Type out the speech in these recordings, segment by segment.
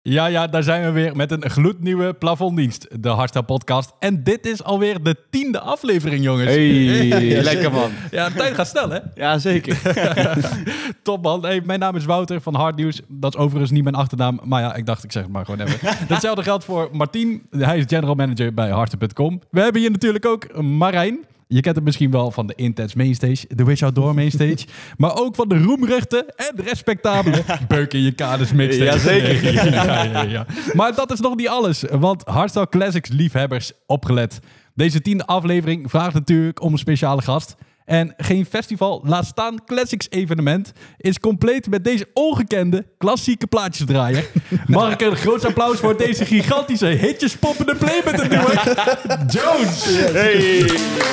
Ja, daar zijn we weer met een gloednieuwe plafonddienst, de Hardstyle Podcast. En dit is alweer de 10e aflevering, jongens. Hey, lekker man. Ja, de tijd gaat snel, hè? Ja, zeker. Top, man. Hey, mijn naam is Wouter van Hard News. Dat is overigens niet mijn achternaam, maar ja, ik dacht, ik zeg het maar gewoon even. Hetzelfde geldt voor Martien. Hij is general manager bij Hardstyle.com. We hebben hier natuurlijk ook Marijn. Je kent hem misschien wel van de Intense Mainstage, de Wish Outdoor Mainstage, maar ook van de roemruchte en respectabele Beuk in je kaders mixtape. Jazeker. Ja. Maar dat is nog niet alles, want Hardstyle Classics liefhebbers, opgelet. Deze 10e aflevering vraagt natuurlijk om een speciale gast. En geen festival, laat staan Classics evenement, is compleet met deze ongekende klassieke plaatjesdraaier. Mag ik een groot applaus voor deze gigantische hitjes poppende play met het nieuwe Jones. Hey.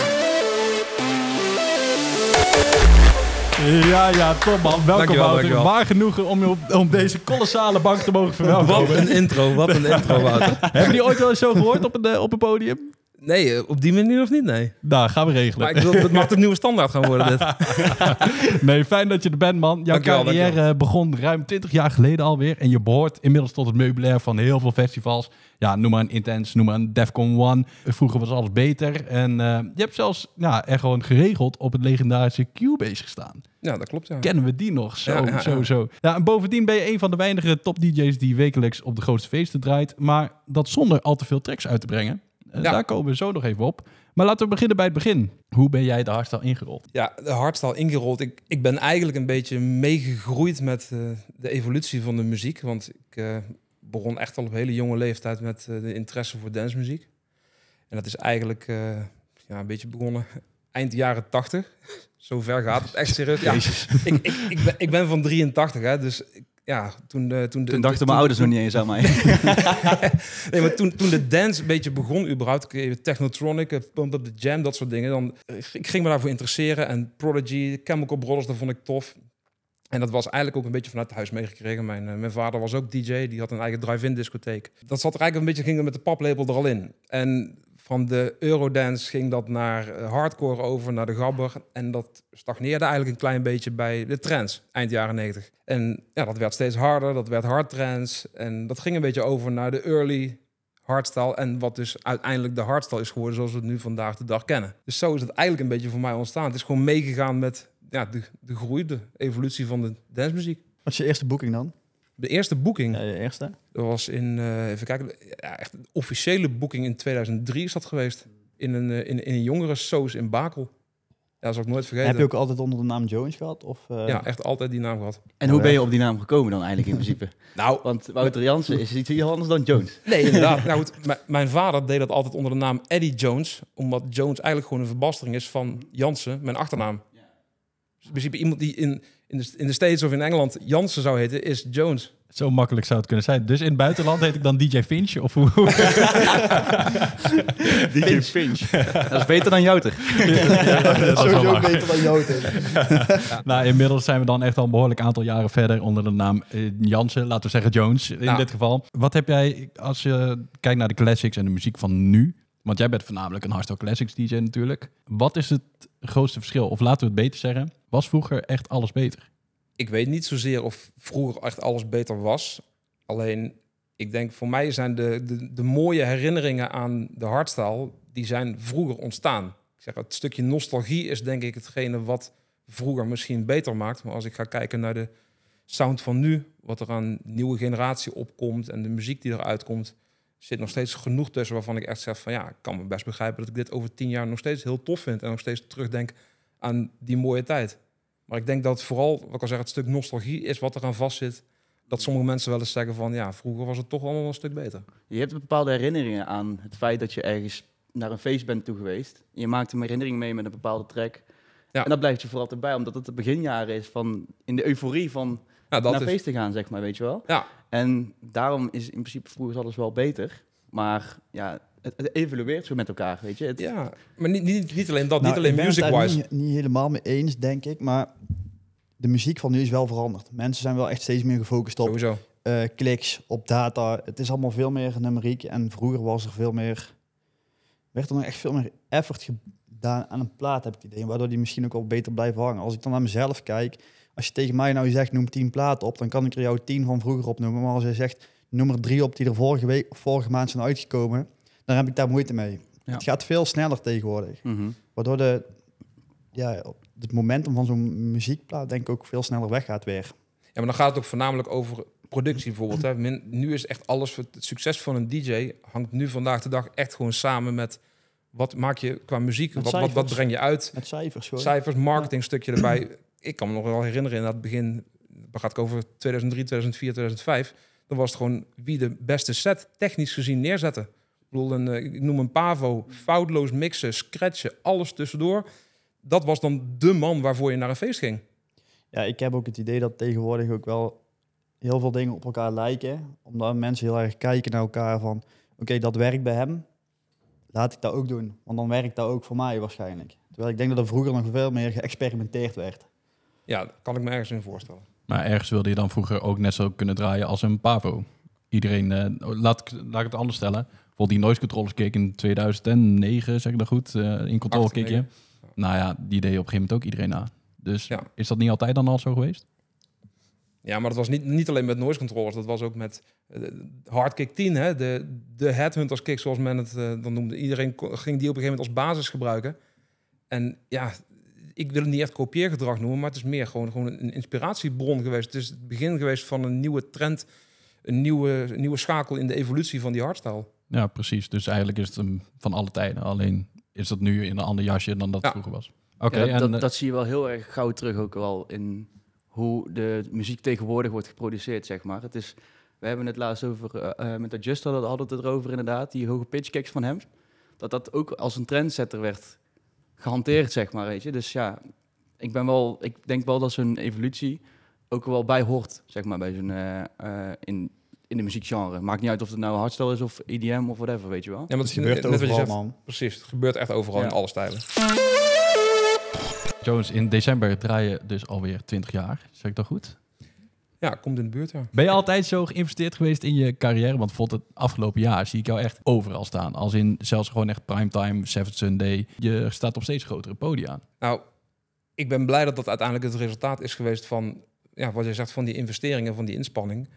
Ja, top man. Welkom, Dankjewel, Wouter. dankjewel. Waar genoegen om deze kolossale bank te mogen verwelkomen. Wat een intro, Wouter. Hebben jullie ooit wel eens zo gehoord op een podium? Nee, op die manier nog niet, nee. Nou, gaan we regelen. Maar ik wil, het mag de nieuwe standaard gaan worden, dit. Nee, fijn dat je er bent, man. Jouw Dankjewel, carrière dankjewel. begon ruim 20 jaar geleden alweer. En je behoort inmiddels tot het meubilair van heel veel festivals. Ja, noem maar een Intense, noem maar een Defcon 1. Vroeger was alles beter. En je hebt zelfs er gewoon geregeld op het legendarische Cubase gestaan. Ja, dat klopt, ja. Kennen we die nog? Zo. Ja. Ja, en bovendien ben je een van de weinige top-DJ's die wekelijks op de grootste feesten draait. Maar dat zonder al te veel tracks uit te brengen. Ja. Daar komen we zo nog even op. Maar laten we beginnen bij het begin. Hoe ben jij de hardstyle ingerold? Ja, de hardstyle ingerold. Ik ben eigenlijk een beetje meegegroeid met de evolutie van de muziek. Want ik begon echt al op hele jonge leeftijd met de interesse voor dancemuziek. En dat is eigenlijk een beetje begonnen eind jaren 80. Zo ver gaat het, echt serieus. Ja, ik ben van 83, hè, dus... Toen dachten mijn ouders nog niet eens aan mij. Nee, maar toen de dance een beetje begon, überhaupt, Technotronic, Pump Up The Jam, dat soort dingen, dan ik ging me daarvoor interesseren. En Prodigy, Chemical Brothers, dat vond ik tof. En dat was eigenlijk ook een beetje vanuit huis meegekregen. Mijn vader was ook DJ, die had een eigen drive-in discotheek. Dat zat er eigenlijk een beetje, ging er met de paplepel er al in. En van de Eurodance ging dat naar hardcore over, naar de gabber. En dat stagneerde eigenlijk een klein beetje bij de trance, eind jaren 90. En ja, dat werd steeds harder, dat werd hardtrance. En dat ging een beetje over naar de early hardstyle. En wat dus uiteindelijk de hardstyle is geworden zoals we het nu vandaag de dag kennen. Dus zo is het eigenlijk een beetje voor mij ontstaan. Het is gewoon meegegaan met de groei, de evolutie van de dancemuziek. Wat is je eerste boeking dan? De eerste boeking, Ja, je eerste? dat was in, even kijken, echt een officiële boeking in 2003 is dat geweest. In een jongerensoos in Bakel. Ja, dat zal ik nooit vergeten. Heb je ook altijd onder de naam Jones gehad? Of, Ja, echt altijd die naam gehad. En hoe ben je op die naam gekomen dan eigenlijk in principe? Nou, Want Wouter Jansen is iets heel anders dan Jones. nee, inderdaad. Nou goed, mijn vader deed dat altijd onder de naam Eddie Jones. Omdat Jones eigenlijk gewoon een verbastering is van Jansen, mijn achternaam. Dus in principe iemand die in de States of in Engeland Jansen zou heten, is Jones. Zo makkelijk zou het kunnen zijn. Dus in het buitenland heet ik dan DJ Finch? Of hoe? DJ Finch. Dat is beter dan Jouter. Dat is wel sowieso waar. beter dan jou. Nou, inmiddels zijn we dan echt al een behoorlijk aantal jaren verder onder de naam Jansen, laten we zeggen Jones in dit geval. Wat heb jij, als je kijkt naar de classics en de muziek van nu, want jij bent voornamelijk een hardstyle classics DJ natuurlijk. Wat is het grootste verschil? Of laten we het beter zeggen, was vroeger echt alles beter? Ik weet niet zozeer of vroeger echt alles beter was. Alleen, ik denk voor mij zijn de mooie herinneringen aan de hardstyle, die zijn vroeger ontstaan. Ik zeg, het stukje nostalgie is denk ik hetgene wat vroeger misschien beter maakt. Maar als ik ga kijken naar de sound van nu, wat er aan nieuwe generatie opkomt en de muziek die eruit komt, zit nog steeds genoeg tussen waarvan ik echt zeg van ja, ik kan me best begrijpen dat ik dit over 10 jaar nog steeds heel tof vind en nog steeds terugdenk aan die mooie tijd. Maar ik denk dat vooral, wat ik al zeg, het stuk nostalgie is wat eraan vastzit. Dat sommige mensen wel eens zeggen van ja, vroeger was het toch allemaal een stuk beter. Je hebt bepaalde herinneringen aan het feit dat je ergens naar een feest bent toe geweest. Je maakt een herinnering mee met een bepaalde track. Ja. En dat blijft je voor altijd bij, omdat het de beginjaren is van in de euforie van Ja, naar feesten gaan, zeg maar, weet je wel. Ja, En daarom is in principe vroeger alles wel beter. Maar ja, het evolueert zo met elkaar, weet je. ja, maar niet alleen dat, Nou, niet alleen ik ben het daar music-wise. niet helemaal mee eens, denk ik. Maar de muziek van nu is wel veranderd. Mensen zijn wel echt steeds meer gefocust op Sowieso. kliks, op data. Het is allemaal veel meer numeriek. En vroeger was er veel meer... werd er nog echt veel meer effort gedaan aan een plaat, heb ik het idee. Waardoor die misschien ook wel beter blijven hangen. Als ik dan naar mezelf kijk... Als je tegen mij nou zegt, noem 10 platen op... dan kan ik er jou 10 van vroeger opnoemen. Maar als je zegt, noem er 3 op die er vorige maand zijn uitgekomen, dan heb ik daar moeite mee. Ja. Het gaat veel sneller tegenwoordig. Mhm. Waardoor het momentum van zo'n muziekplaat denk ik ook veel sneller weggaat weer. Ja, maar dan gaat het ook voornamelijk over productie bijvoorbeeld. Hè. Nu is echt alles, het succes van een DJ hangt nu vandaag de dag echt gewoon samen met wat maak je qua muziek, Met wat breng je uit, Met cijfers gewoon. cijfers, marketing stukje erbij. Ik kan me nog wel herinneren in het begin, dan gaat het over 2003, 2004, 2005, dan was het gewoon wie de beste set technisch gezien neerzette. Ik bedoel, ik noem een Pavo, foutloos mixen, scratchen, alles tussendoor. Dat was dan de man waarvoor je naar een feest ging. Ja, ik heb ook het idee dat tegenwoordig ook wel heel veel dingen op elkaar lijken. Omdat mensen heel erg kijken naar elkaar van... Oké, dat werkt bij hem. Laat ik dat ook doen. Want dan werkt dat ook voor mij waarschijnlijk. Terwijl ik denk dat er vroeger nog veel meer geëxperimenteerd werd. Ja, dat kan ik me ergens in voorstellen. Maar ergens wilde je dan vroeger ook net zo kunnen draaien als een Pavo. Iedereen, laat ik het anders stellen. Bijvoorbeeld die noise controllers kick in 2009, zeg ik dat goed? In control kickje. Ja. Nou ja, die deed op een gegeven moment ook iedereen na. Dus Ja. is dat niet altijd dan al zo geweest? Ja, maar dat was niet alleen met noise controllers. Dat was ook met Hardkick 10, hè? De headhunters kick, zoals men het dan noemde. Iedereen ging die op een gegeven moment als basis gebruiken. En ja, ik wil het niet echt kopieergedrag noemen, maar het is meer gewoon een inspiratiebron geweest. Het is het begin geweest van een nieuwe trend, een nieuwe schakel in de evolutie van die hardstyle. Ja, precies. Dus eigenlijk is het hem van alle tijden. Alleen is dat nu in een ander jasje dan dat het vroeger was. Oké, Ja, en dat zie je wel heel erg gauw terug ook wel in hoe de muziek tegenwoordig wordt geproduceerd, zeg maar. We hebben het laatst over, met Adjust hadden we het erover inderdaad, die hoge pitch kicks van hem. Dat ook als een trendsetter werd gehanteerd, zeg maar, weet je. Dus ja, ik denk wel dat zo'n evolutie ook wel bij hoort, zeg maar, bij zo'n, in de muziekgenre. Maakt niet uit of het nou hardstyle is of EDM of whatever, weet je wel. Ja, maar Het gebeurt net wat je overal, zegt, man. precies. Het gebeurt echt overal Ja. in alle stijlen. Jones, in december draai je dus alweer 20 jaar. Zeg ik dat goed? Ja, komt in de buurt, ja. Ben je altijd zo geïnvesteerd geweest in je carrière? Want bijvoorbeeld het afgelopen jaar zie ik jou echt overal staan. Als in zelfs gewoon echt primetime, Seventh Sunday. Je staat op steeds grotere podia. Nou, ik ben blij dat dat uiteindelijk het resultaat is geweest van, ja, wat je zegt, van die investeringen, van die inspanning.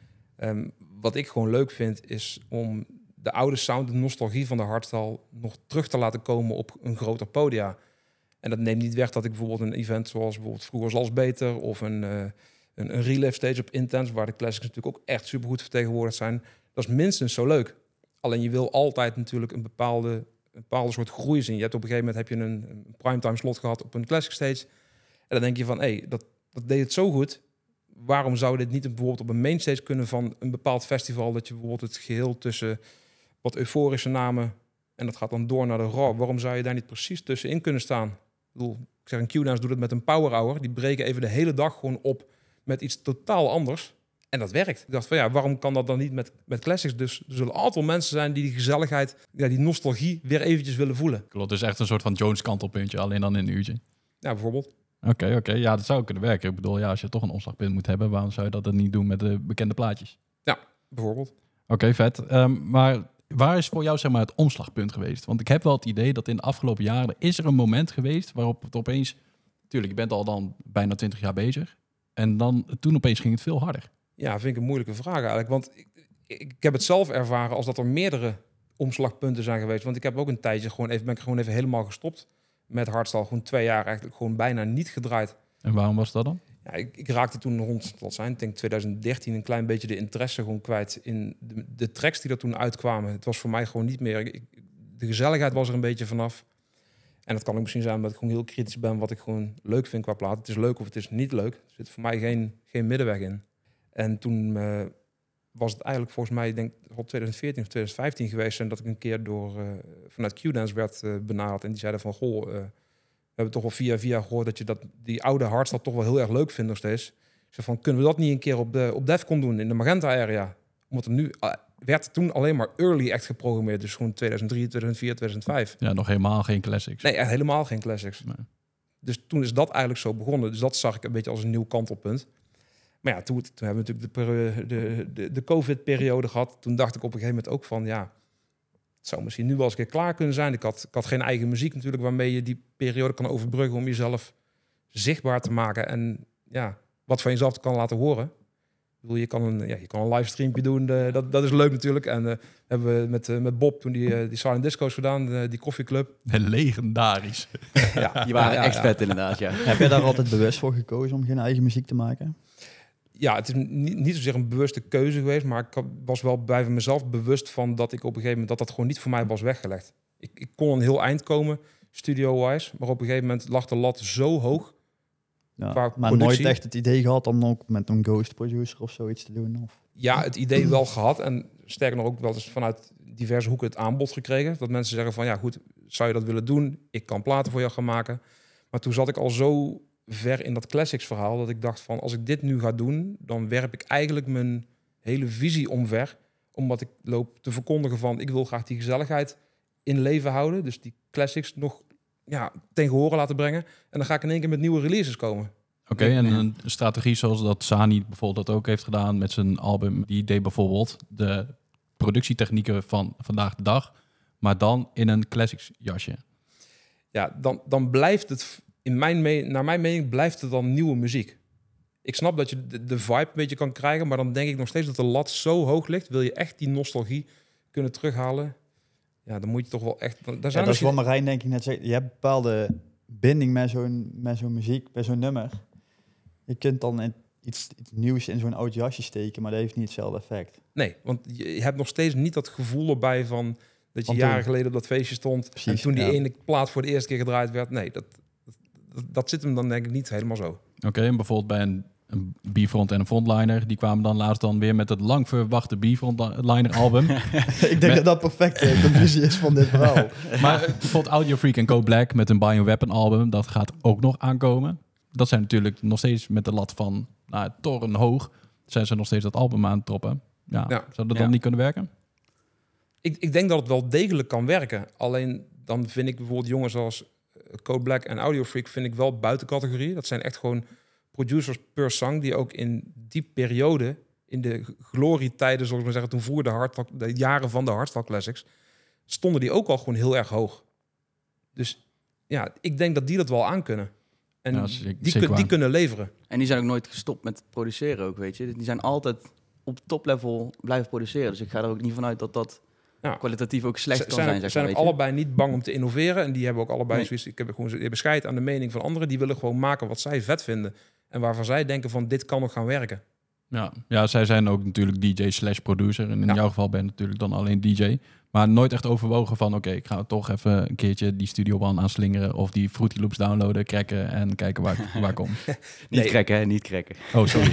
Wat ik gewoon leuk vind, is om de oude sound, de nostalgie van de hardstyle nog terug te laten komen op een groter podia. En dat neemt niet weg dat ik bijvoorbeeld een event zoals bijvoorbeeld Vroeger was beter of een relive stage op Intense, waar de classics natuurlijk ook echt supergoed vertegenwoordigd zijn. Dat is minstens zo leuk. Alleen je wil altijd natuurlijk een bepaalde soort groei zien. Je hebt op een gegeven moment heb je een primetime slot gehad op een classic stage. En dan denk je van, hé, dat deed het zo goed. Waarom zou dit niet bijvoorbeeld op een mainstage kunnen van een bepaald festival, dat je bijvoorbeeld het geheel tussen wat euforische namen en dat gaat dan door naar de raw. Waarom zou je daar niet precies tussenin kunnen staan? Ik bedoel, ik zeg, een Q-Dance doet het met een power hour. Die breken even de hele dag gewoon op met iets totaal anders. En dat werkt. Ik dacht van ja, waarom kan dat dan niet met classics? Dus er zullen altijd mensen zijn die gezelligheid, ja, die nostalgie weer eventjes willen voelen. Klopt, dus echt een soort van Jones kantelpuntje, alleen dan in een uurtje. Ja, bijvoorbeeld. Oké. Ja, dat zou kunnen werken. Ik bedoel, ja, als je toch een omslagpunt moet hebben, waarom zou je dat dan niet doen met de bekende plaatjes? Bijvoorbeeld. Oké, vet. Maar waar is voor jou zeg maar het omslagpunt geweest? Want ik heb wel het idee dat in de afgelopen jaren is er een moment geweest waarop het opeens... Tuurlijk, je bent al dan bijna 20 jaar bezig. En dan toen opeens ging het veel harder. Ja, vind ik een moeilijke vraag eigenlijk. Want ik heb het zelf ervaren als dat er meerdere omslagpunten zijn geweest. Want ik heb ook een tijdje ben ik gewoon even helemaal gestopt met hardstyle. Gewoon 2 jaar eigenlijk gewoon bijna niet gedraaid. En waarom was dat dan? Ja, ik raakte toen rond, ik denk 2013, een klein beetje de interesse gewoon kwijt in de tracks die er toen uitkwamen. Het was voor mij gewoon niet meer. De gezelligheid was er een beetje vanaf. En dat kan ook misschien zijn omdat ik gewoon heel kritisch ben wat ik gewoon leuk vind qua plaat. Het is leuk of het is niet leuk. Er zit voor mij geen middenweg in. En toen was het eigenlijk volgens mij, ik denk rond 2014 of 2015 geweest zijn dat ik een keer vanuit Q-Dance werd benaderd. En die zeiden van, goh, we hebben toch wel via gehoord dat je die oude hardstyle toch wel heel erg leuk vindt nog steeds. Ik zei van, kunnen we dat niet een keer op Defcon doen in de Magenta area? Omdat er nu werd toen alleen maar early echt geprogrammeerd. Dus gewoon 2003, 2004, 2005. Ja, nog helemaal geen classics. Nee, echt helemaal geen classics. Nee. Dus toen is dat eigenlijk zo begonnen. Dus dat zag ik een beetje als een nieuw kantelpunt. Maar ja, toen hebben we natuurlijk de COVID-periode gehad. Toen dacht ik op een gegeven moment ook van, ja, het zou misschien nu wel eens een keer klaar kunnen zijn. Ik had geen eigen muziek natuurlijk waarmee je die periode kan overbruggen om jezelf zichtbaar te maken en ja, wat van jezelf te kan laten horen. bedoel, je kan een livestreampje doen, dat is leuk natuurlijk. En hebben we met Bob toen die Silent Disco's gedaan, die koffieclub. Legendarisch. Die waren echt vet inderdaad, ja. Heb je daar altijd bewust voor gekozen om geen eigen muziek te maken? Ja, het is niet zozeer een bewuste keuze geweest, maar ik was wel bij mezelf bewust van dat ik op een gegeven moment dat gewoon niet voor mij was weggelegd. Ik kon een heel eind komen, studio-wise, maar op een gegeven moment lag de lat zo hoog. Ja, Qua maar productie. nooit echt het idee gehad om ook met een ghost producer of zoiets te doen? Of? Ja, het idee wel gehad en sterker nog ook wel eens vanuit diverse hoeken het aanbod gekregen. Dat mensen zeggen van ja goed, zou je dat willen doen? Ik kan platen voor jou gaan maken. Maar toen zat ik al zo ver in dat classics verhaal dat ik dacht van als ik dit nu ga doen, dan werp ik eigenlijk mijn hele visie omver. Omdat ik loop te verkondigen van ik wil graag die gezelligheid in leven houden. Dus die classics nog ten gehore laten brengen. En dan ga ik in één keer met nieuwe releases komen. Oké, en een strategie zoals dat Sani bijvoorbeeld dat ook heeft gedaan met zijn album. Die deed bijvoorbeeld de productietechnieken van vandaag de dag, maar dan in een classics jasje. Ja, dan blijft het, naar mijn mening, blijft het dan nieuwe muziek. Ik snap dat je de vibe een beetje kan krijgen, maar dan denk ik nog steeds dat de lat zo hoog ligt. Wil je echt die nostalgie kunnen terughalen? Ja, dan moet je toch wel echt... Daar zijn dat is wat Marijn denk ik net zei. Je hebt een bepaalde binding met zo'n muziek, bij zo'n nummer. Je kunt dan iets nieuws in zo'n oud jasje steken, maar dat heeft niet hetzelfde effect. Nee, want je hebt nog steeds niet dat gevoel erbij van dat je Van jaren toen. geleden op dat feestje stond. Precies, en toen die ja. ene plaat voor de eerste keer gedraaid werd. Nee, dat zit hem dan denk ik niet helemaal zo. Oké, en bijvoorbeeld bij een B-front en een frontliner, die kwamen dan laatst dan weer met het lang verwachte B-frontliner album. Ik denk dat dat perfecte conclusie is van dit verhaal. Maar bijvoorbeeld Audio Freak en Code Black met een Bioweapon album, dat gaat ook nog aankomen. Dat zijn natuurlijk nog steeds met de lat van torenhoog, zijn ze nog steeds dat album aan het toppen. Ja. Zou dat dan niet kunnen werken? Ik denk dat het wel degelijk kan werken. Alleen dan vind ik bijvoorbeeld jongens als Code Black en Audio Freak vind ik wel buiten categorie. Dat zijn echt gewoon producers per song die ook in die periode, in de glorietijden, zoals ik maar zeggen, toen vroeger de jaren van de Hardstyle Classics, stonden die ook al gewoon heel erg hoog. Dus ja, ik denk dat die dat wel aan kunnen. En Ja, die kunnen leveren. En die zijn ook nooit gestopt met produceren ook, weet je. Die zijn altijd op toplevel blijven produceren. Dus ik ga er ook niet vanuit dat dat kwalitatief ook slecht kan zijn. Ze zijn ook allebei niet bang om te innoveren. En die hebben ook allebei zoiets. Ik heb gewoon bescheid aan de mening van anderen. Die willen gewoon maken wat zij vet vinden. En waarvan zij denken van dit kan nog gaan werken. Ja, zij zijn ook natuurlijk DJ/producer. En in jouw geval ben je natuurlijk dan alleen DJ. Maar nooit echt overwogen van oké, ik ga toch even een keertje die Studio One aanslingeren. Of die Fruity Loops downloaden, cracken en kijken waar ik kom. Niet cracken, hè? Niet cracken. Oh, sorry.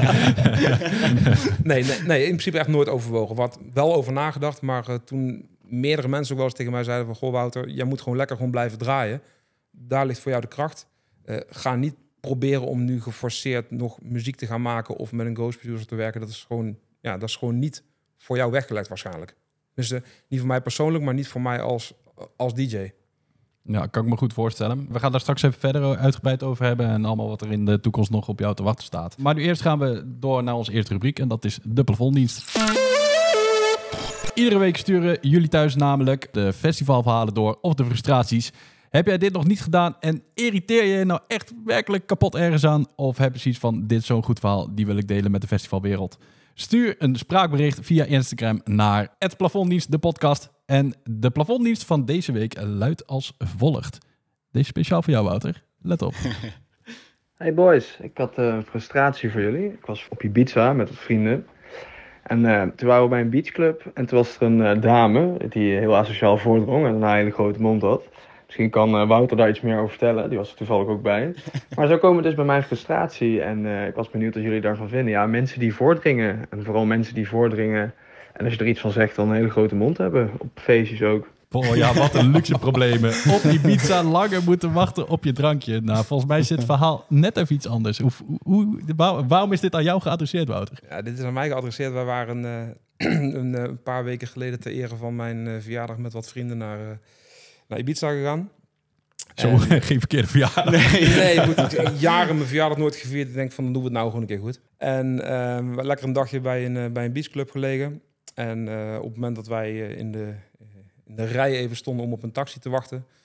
Nee, in principe echt nooit overwogen. Wat wel over nagedacht, maar toen meerdere mensen ook wel eens tegen mij zeiden van goh Wouter, jij moet gewoon lekker gewoon blijven draaien. Daar ligt voor jou de kracht. Ga niet proberen om nu geforceerd nog muziek te gaan maken of met een ghost producer te werken. Dat is gewoon niet voor jou weggelegd waarschijnlijk. Dus niet voor mij persoonlijk, maar niet voor mij als DJ. Ja, kan ik me goed voorstellen. We gaan daar straks even verder uitgebreid over hebben en allemaal wat er in de toekomst nog op jou te wachten staat. Maar nu eerst gaan we door naar onze eerste rubriek en dat is de plafonddienst. Iedere week sturen jullie thuis namelijk de festivalverhalen door of de frustraties. Heb jij dit nog niet gedaan en irriteer je nou echt werkelijk kapot ergens aan? Of heb je zoiets van, dit is zo'n goed verhaal, die wil ik delen met de festivalwereld? Stuur een spraakbericht via Instagram naar @plafonddienst, de podcast. En de plafonddienst van deze week luidt als volgt. Deze speciaal voor jou, Wouter. Let op. Hey boys, ik had een frustratie voor jullie. Ik was op Ibiza met wat vrienden. En toen waren we bij een beachclub. En toen was er een dame die heel asociaal voordrong en een hele grote mond had. Misschien kan Wouter daar iets meer over vertellen. Die was er toevallig ook bij. Maar zo komen we dus bij mijn frustratie. En ik was benieuwd wat jullie daarvan vinden. Ja, mensen die voordringen. En vooral mensen die voordringen. En als je er iets van zegt, dan een hele grote mond hebben. Op feestjes ook. Oh ja, wat een luxe problemen. Op Ibiza langer moeten wachten op je drankje. Nou, volgens mij is dit verhaal net even iets anders. Waarom is dit aan jou geadresseerd, Wouter? Ja, dit is aan mij geadresseerd. Wij waren een paar weken geleden ter ere van mijn verjaardag met wat vrienden naar Ibiza gegaan. Zo, geen verkeerde verjaardag. Nee, ik moet jaren mijn verjaardag nooit gevierd. Ik denk van, dan doen we het nou gewoon een keer goed. En we lekker een dagje bij een beachclub gelegen. En op het moment dat wij in de rij even stonden om op een taxi te wachten,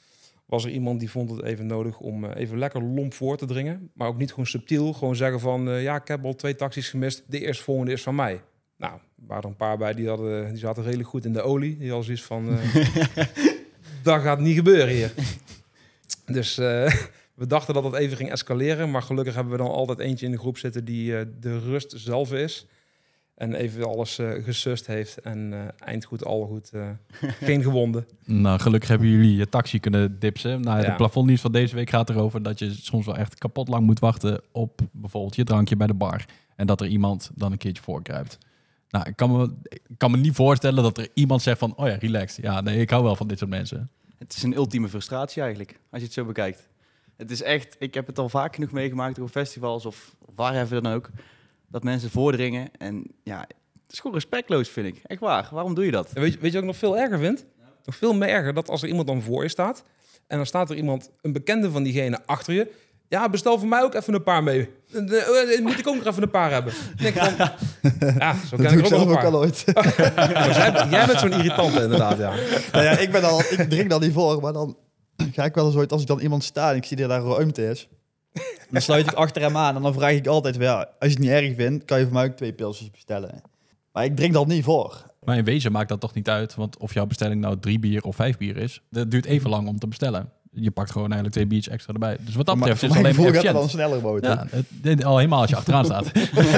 was er iemand die vond het even nodig om even lekker lomp voor te dringen. Maar ook niet gewoon subtiel. Gewoon zeggen van, ja, ik heb al 2 taxis gemist. De eerstvolgende is van mij. Nou, er waren er een paar bij die zaten redelijk goed in de olie. Die hadden zoiets van, dat gaat niet gebeuren hier. Dus we dachten dat het even ging escaleren. Maar gelukkig hebben we dan altijd eentje in de groep zitten die de rust zelf is. En even alles gesust heeft. En eind goed, al goed. Geen gewonden. Nou, gelukkig hebben jullie je taxi kunnen dipsen. Nou, Ja. de plafonddienst van deze week gaat erover dat je soms wel echt kapot lang moet wachten op bijvoorbeeld je drankje bij de bar. En dat er iemand dan een keertje voorkruipt. Nou, ik kan me niet voorstellen dat er iemand zegt van, oh ja, relax. Ja, nee, ik hou wel van dit soort mensen. Het is een ultieme frustratie eigenlijk, als je het zo bekijkt. Het is echt, ik heb het al vaak genoeg meegemaakt op festivals of waar even dan ook, dat mensen voordringen. En ja, het is gewoon respectloos, vind ik. Echt waar. Waarom doe je dat? En weet je wat ik nog veel erger vind? Nog veel meer erger, dat als er iemand dan voor je staat... en dan staat er iemand, een bekende van diegene, achter je... Ja, bestel voor mij ook even een paar mee. Moet ik ook nog even een paar hebben? Dan denk ik van, ja, zo Dat ken doe ik ik er ook zelf nog ook een al paar. ooit. Jij bent zo'n irritante inderdaad, ja. Nou ja, ik drink dan niet voor, maar dan ga ik wel eens ooit, als ik dan iemand sta en ik zie dat daar ruimte is, dan sluit ik achter hem aan en dan vraag ik altijd, ja, als je het niet erg vindt, kan je voor mij ook 2 pilsjes bestellen. Maar ik drink dat niet voor. Maar in wezen maakt dat toch niet uit, want of jouw bestelling nou 3 bier of 5 bier is, dat duurt even lang om te bestellen. Je pakt gewoon eigenlijk 2 biertjes extra erbij. Dus wat dat betreft is voor het mijn alleen maar gevoel gaat het efficiënt. dan sneller, boten. Ja, al helemaal als je achteraan staat.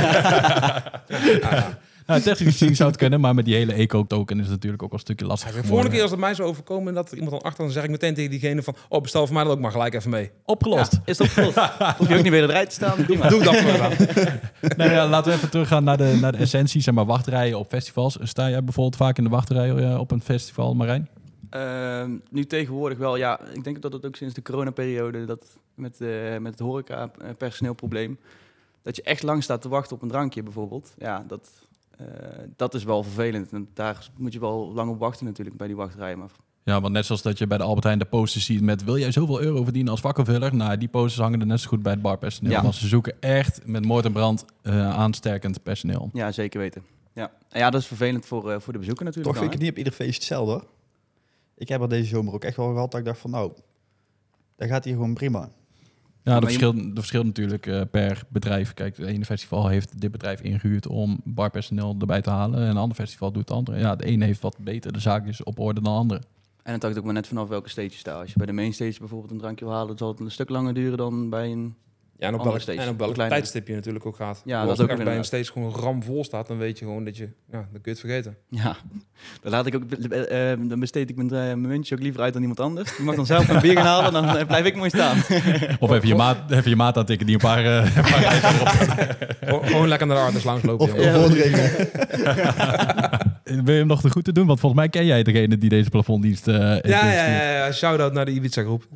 Nou, technisch gezien zou het kunnen, maar met die hele eco-token is het natuurlijk ook al een stukje lastig. De volgende keer als het mij zou overkomen dat er iemand dan achter, dan zeg ik meteen tegen diegene van, oh, bestel voor mij dan ook maar gelijk even mee. Opgelost. Is dat goed? Hoef je ook niet weer in de rij te staan? Prima. Doe ik dat voor dan. Nou ja, laten we even teruggaan naar de essentie, zeg maar wachtrijen op festivals. Sta jij bijvoorbeeld vaak in de wachtrij op een festival, Marijn? Nu tegenwoordig wel, ja. Ik denk dat het ook sinds de coronaperiode, dat met het horeca-personeelprobleem, dat je echt lang staat te wachten op een drankje bijvoorbeeld. Ja, dat is wel vervelend. En daar moet je wel lang op wachten natuurlijk, bij die wachtrijen. Maar Ja, want net zoals dat je bij de Albert Heijn de posters ziet met wil jij zoveel euro verdienen als vakkenvuller? Nou, die posters hangen er net zo goed bij het barpersoneel. Ja. Want ze zoeken echt met moord en brand aansterkend personeel. ja, zeker weten. Ja, en ja, dat is vervelend voor de bezoeker natuurlijk. Toch vind ik dan, het niet op ieder feest hetzelfde, hoor. Ik heb er deze zomer ook echt wel gehad dat ik dacht van, nou, dat gaat hier gewoon prima. Ja, Maar de verschil natuurlijk per bedrijf. Kijk, het ene festival heeft dit bedrijf ingehuurd om barpersoneel erbij te halen. En een ander festival doet het andere. Ja, de ene heeft wat beter de zaakjes op orde dan de andere. En het hangt ook maar net vanaf welke stage je staat. Als je bij de main stage bijvoorbeeld een drankje wil halen, dan zal het een stuk langer duren dan bij een... Ja, en op Andere welk, stage. en op welk Kleine. tijdstip je natuurlijk ook gaat. Ja, Als dat is het ook echt bij een inderdaad. stage gewoon ramvol staat, dan weet je gewoon dat je, ja, dan kun je het vergeten. Ja, dan laat ik ook, dan besteed ik mijn muntje ook liever uit dan iemand anders. Die mag dan zelf een bier gaan halen, dan blijf ik mooi staan. Of even je maat aantikken die een paar rijen verderop staat. Gewoon lekker naar de artist langslopen. Of jongen. voordringen. Wil je hem nog te goed te doen? Want volgens mij ken jij degene die deze plafonddienst heeft ingestuurd. Ja. Shout-out naar de Ibiza-groep.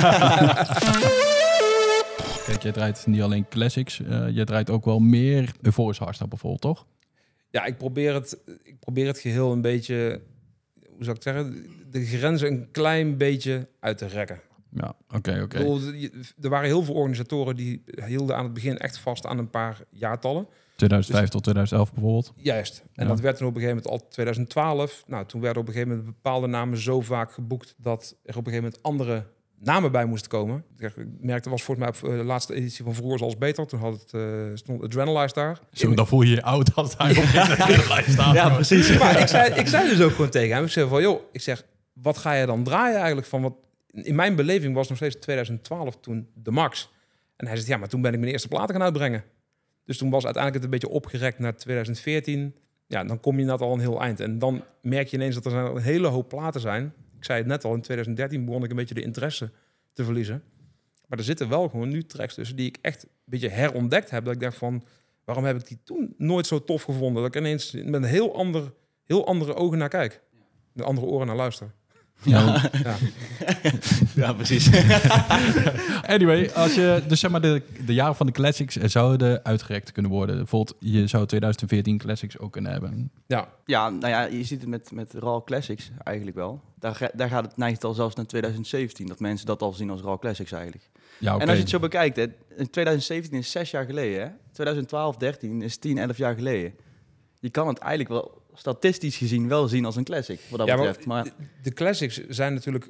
Kijk, jij draait niet alleen classics. Jij draait ook wel meer euforisch hardstyle bijvoorbeeld, toch? Ja, ik probeer het geheel een beetje, hoe zou ik het zeggen, de grenzen een klein beetje uit te rekken. Ja, oké. Ik bedoel, er waren heel veel organisatoren die hielden aan het begin echt vast aan een paar jaartallen. 2005 tot 2011 bijvoorbeeld. Juist. En Ja. dat werd toen op een gegeven moment al 2012. Nou, toen werden op een gegeven moment bepaalde namen zo vaak geboekt dat er op een gegeven moment andere namen bij moesten komen. Ik merkte, was volgens mij op de laatste editie van Vroeger Zoals Beter. Toen stond Adrenalize daar. Zo, dan voel je je oud als hij op de lijst staat. Ja, precies. Maar ik zei dus ook gewoon tegen hem. Ik zei van, joh, wat ga je dan draaien eigenlijk van wat... In mijn beleving was nog steeds 2012 toen de max. En hij zegt, ja, maar toen ben ik mijn eerste platen gaan uitbrengen. Dus toen was uiteindelijk het een beetje opgerekt naar 2014. Ja, dan kom je net al een heel eind. En dan merk je ineens dat er een hele hoop platen zijn. Ik zei het net al, in 2013 begon ik een beetje de interesse te verliezen. Maar er zitten wel gewoon nu tracks tussen die ik echt een beetje herontdekt heb. Dat ik dacht van, waarom heb ik die toen nooit zo tof gevonden? Dat ik ineens met een heel andere ogen naar kijk. Met andere oren naar luister. Ja. Ja. Ja, precies. Anyway, als je dus zeg maar de jaren van de classics zouden uitgerekt kunnen worden. Bijvoorbeeld, je zou 2014 classics ook kunnen hebben. Ja, nou ja, je ziet het met Raw Classics eigenlijk wel. Daar gaat het neigt al zelfs naar 2017, dat mensen dat al zien als Raw Classics eigenlijk. Ja, oké. En als je het zo bekijkt, hè, 2017 is 6 jaar geleden, hè? 2012, 13 is 10, 11 jaar geleden. Je kan het eigenlijk wel statistisch gezien wel zien als een classic, wat dat Ja, betreft. Maar de classics zijn natuurlijk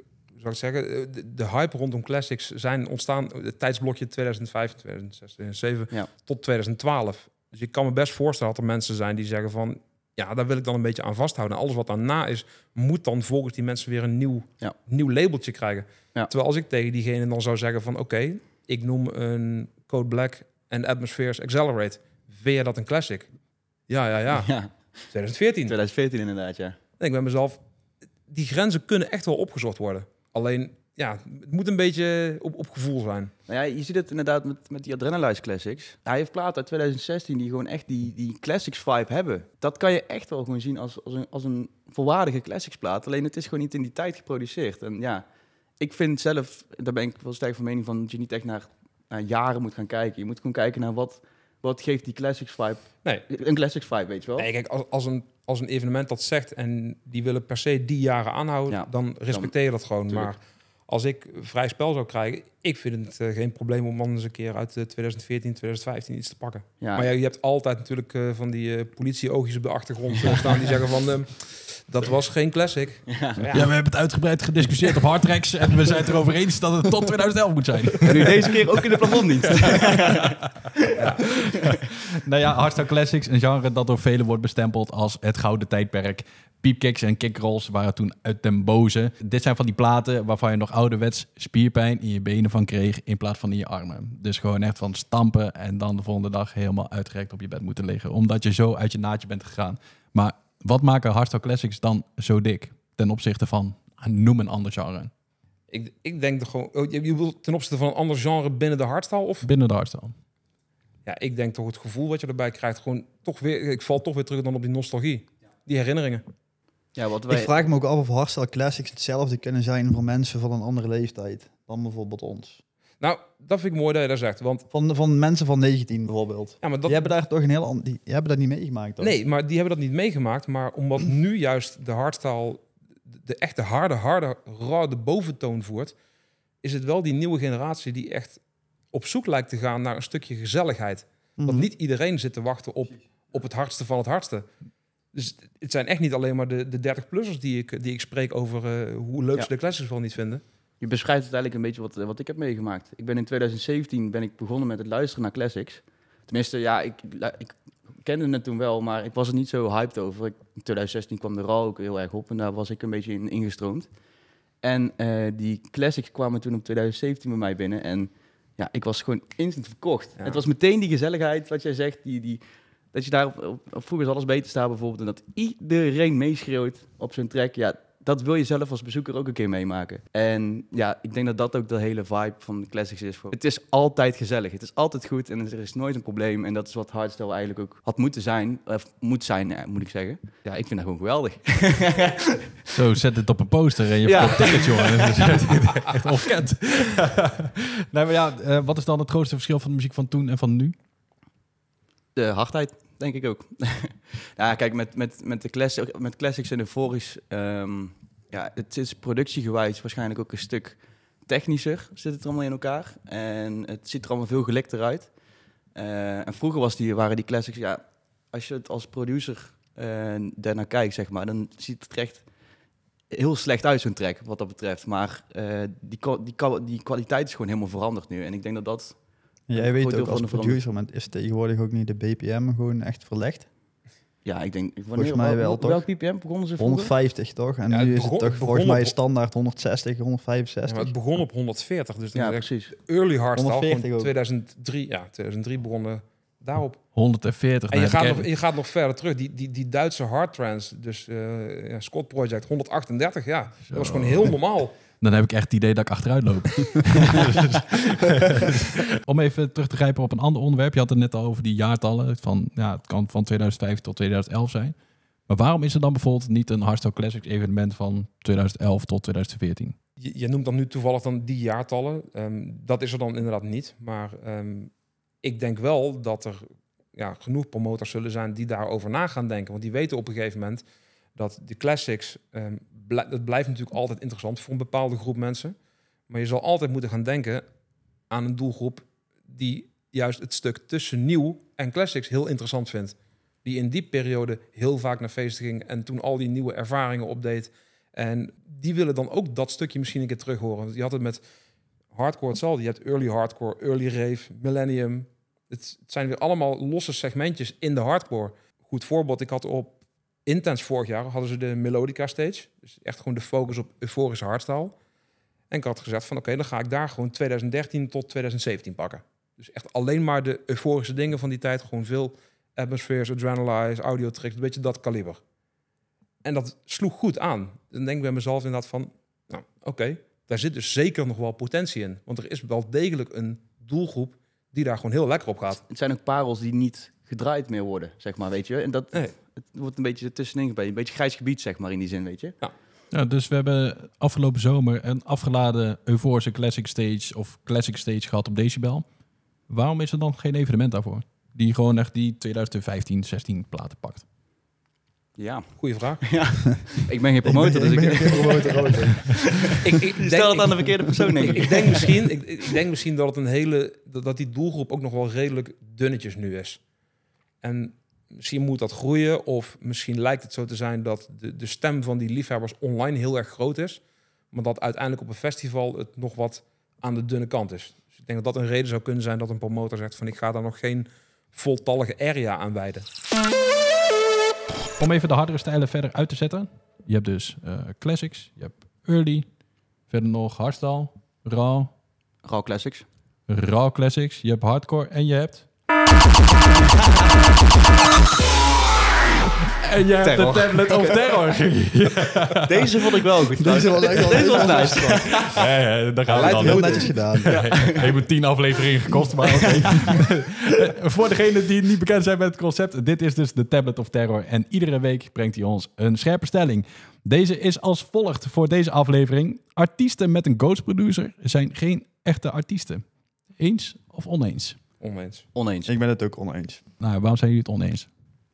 zou ik zeggen, de hype rondom classics zijn ontstaan, het tijdsblokje 2005, 2006, 2007 tot 2012. Dus ik kan me best voorstellen dat er mensen zijn die zeggen van, ja, daar wil ik dan een beetje aan vasthouden. En alles wat daarna is, moet dan volgens die mensen weer een nieuw labeltje krijgen. Ja. Terwijl als ik tegen diegene dan zou zeggen van, oké, ik noem een Code Black en Atmospheres Accelerate. Vind je dat een classic? Ja. 2014 inderdaad, ja. En ik ben mezelf, die grenzen kunnen echt wel opgezocht worden. Alleen, ja, het moet een beetje op gevoel zijn. Nou ja, je ziet het inderdaad met die Adrenalize Classics. Hij heeft platen uit 2016 die gewoon echt die Classics vibe hebben. Dat kan je echt wel gewoon zien als een volwaardige Classics plaat. Alleen het is gewoon niet in die tijd geproduceerd. En ja, ik vind zelf, daar ben ik wel sterk van mening van, dat je niet echt naar jaren moet gaan kijken. Je moet gewoon kijken naar wat geeft die Classics vibe. Nee. Een Classics vibe, weet je wel. Nee, kijk, als een evenement dat zegt en die willen per se die jaren aanhouden, dan respecteer je dat gewoon. Tuurlijk. Maar als ik vrij spel zou krijgen, ik vind het geen probleem om dan eens een keer uit 2014, 2015 iets te pakken. Ja. Maar je hebt altijd natuurlijk van die politie-oogjes op de achtergrond staan die zeggen van, dat was geen classic. Ja, we hebben het uitgebreid gediscussieerd op Hardtracks en we zijn het erover eens dat het tot 2011 moet zijn. En nu deze keer ook in de plafonddienst. Nou ja, hardstyle classics, een genre dat door velen wordt bestempeld als het gouden tijdperk. Piepkicks en kickrolls waren toen uit den boze. Dit zijn van die platen waarvan je nog ouderwets spierpijn in je benen van kreeg in plaats van in je armen. Dus gewoon echt van stampen en dan de volgende dag helemaal uitgerekt op je bed moeten liggen. Omdat je zo uit je naadje bent gegaan. Maar wat maken hardstyle classics dan zo dik ten opzichte van, noem een ander genre? Ik denk toch gewoon, je bedoelt ten opzichte van een ander genre binnen de hardstyle? Of? Binnen de hardstyle. Ja, ik denk toch het gevoel wat je erbij krijgt, gewoon toch weer, ik val toch weer terug dan op die nostalgie. Die herinneringen. Ja, ik vraag me ook af of hardstyle classics hetzelfde kunnen zijn voor mensen van een andere leeftijd dan bijvoorbeeld ons. Nou, dat vind ik mooi dat je dat zegt. Want van mensen van 19 bijvoorbeeld. Ja, maar die hebben daar toch die hebben dat niet meegemaakt. Toch? Nee, maar die hebben dat niet meegemaakt. Maar omdat nu juist de hardstyle de echte harde rauwe boventoon voert, is het wel die nieuwe generatie die echt op zoek lijkt te gaan naar een stukje gezelligheid. Want niet iedereen zit te wachten op het hardste van het hardste. Dus het zijn echt niet alleen maar de 30-plussers die ik spreek over hoe leuk ze de classics wel niet vinden. Je beschrijft het eigenlijk een beetje wat ik heb meegemaakt. Ik ben in 2017 begonnen met het luisteren naar classics. Tenminste, ja, ik kende het toen wel, maar ik was er niet zo hyped over. In 2016 kwam de RAW ook heel erg op en daar was ik een beetje in ingestroomd. En die classics kwamen toen op 2017 bij mij binnen en ja, ik was gewoon instant verkocht. Ja. Het was meteen die gezelligheid, wat jij zegt, dat je daar op vroeger is alles beter staan bijvoorbeeld en dat iedereen meeschreeuwt op zo'n track. Ja, dat wil je zelf als bezoeker ook een keer meemaken. En ja, ik denk dat dat ook de hele vibe van de classics is. Het is altijd gezellig, het is altijd goed en er is nooit een probleem. En dat is wat hardstyle eigenlijk ook had moeten zijn, of moet zijn, moet ik zeggen. Ja, ik vind dat gewoon geweldig. Zo, zet het op een poster en je verkoopt tickets, jongen. Dat is echt ongekend. Nee, maar ja, wat is dan het grootste verschil van de muziek van toen en van nu? De hardheid, denk ik ook. Ja, kijk, met classics en euforisch, ja, het is productiegewijs waarschijnlijk ook een stuk technischer zit het allemaal in elkaar. En het ziet er allemaal veel gelekter uit. En vroeger waren die classics, ja, als je het als producer daarnaar kijkt, zeg maar, dan ziet het er echt heel slecht uit, zo'n track, wat dat betreft. Maar die kwaliteit is gewoon helemaal veranderd nu. En ik denk dat dat... Jij weet ook als producer, maar is tegenwoordig ook niet de BPM gewoon echt verlegd? Ja, ik denk... Volgens mij wel, toch? Welk BPM begonnen ze vroeger? 150, toch? En nu is het toch volgens mij standaard 160, 165. Ja, het begon op 140, dus ja, precies. Early hardstyle, 2003. Ja, 2003 begonnen daarop. 140. En je gaat nog verder terug. Die Duitse hardtrance, dus Scott Project, 138, ja. Dat was gewoon heel normaal. Dan heb ik echt het idee dat ik achteruit loop. Om even terug te grijpen op een ander onderwerp. Je had het net al over die jaartallen. Het kan van 2005 tot 2011 zijn. Maar waarom is er dan bijvoorbeeld niet een Hardstyle Classics evenement van 2011 tot 2014? Je noemt dan nu toevallig dan die jaartallen. Dat is er dan inderdaad niet. Maar ik denk wel dat er genoeg promotors zullen zijn die daarover na gaan denken. Want die weten op een gegeven moment dat de classics... dat blijft natuurlijk altijd interessant voor een bepaalde groep mensen. Maar je zal altijd moeten gaan denken aan een doelgroep die juist het stuk tussen nieuw en classics heel interessant vindt. Die in die periode heel vaak naar feesten ging en toen al die nieuwe ervaringen opdeed. En die willen dan ook dat stukje misschien een keer terug horen. Want je had het met hardcore hetzelfde. Je hebt early hardcore, early rave, millennium. Het zijn weer allemaal losse segmentjes in de hardcore. Goed voorbeeld, ik had op Intense vorig jaar hadden ze de Melodica stage. Dus echt gewoon de focus op euforische hardstyle. En ik had gezegd van oké, dan ga ik daar gewoon 2013 tot 2017 pakken. Dus echt alleen maar de euforische dingen van die tijd. Gewoon veel atmospheres, adrenalize, audio tricks, een beetje dat kaliber. En dat sloeg goed aan. Dan denk ik bij mezelf inderdaad van, nou oké, daar zit dus zeker nog wel potentie in. Want er is wel degelijk een doelgroep die daar gewoon heel lekker op gaat. Het zijn ook parels die niet gedraaid meer worden, zeg maar, weet je. En dat het wordt een beetje ertussenin, een beetje grijs gebied, zeg maar, in die zin, weet je. Ja, dus we hebben afgelopen zomer een afgeladen euforische classic stage of classic stage gehad op Decibel. Waarom is er dan geen evenement daarvoor? Die gewoon echt die 2015, 16 platen pakt. Ja. Goeie vraag. Ja. Ik ben geen promotor, dus ik ben geen promotor. ik stel het aan de verkeerde persoon, denk ik. Ik denk misschien dat het dat die doelgroep ook nog wel redelijk dunnetjes nu is. En misschien moet dat groeien, of misschien lijkt het zo te zijn dat de stem van die liefhebbers online heel erg groot is, maar dat uiteindelijk op een festival het nog wat aan de dunne kant is. Dus ik denk dat dat een reden zou kunnen zijn dat een promotor zegt van ik ga daar nog geen voltallige area aan wijden. Om even de hardere stijlen verder uit te zetten. Je hebt dus classics, je hebt early, verder nog hardstyle, raw Classics. raw classics, je hebt hardcore en je hebt... En je hebt Terror. de Tablet of Terror. Deze vond ik wel goed. Deze was echt wel Deze was nice. Ja, daar gaan we Lijkt dan. heel netjes gedaan. Heeft me 10 afleveringen gekost, maar oké. Voor degenen die niet bekend zijn met het concept, dit is dus de Tablet of Terror. En iedere week brengt hij ons een scherpe stelling. Deze is als volgt voor deze aflevering. Artiesten met een ghost producer zijn geen echte artiesten. Eens of oneens? Oneens. Ik ben het ook oneens. Nou, waarom zijn jullie het oneens?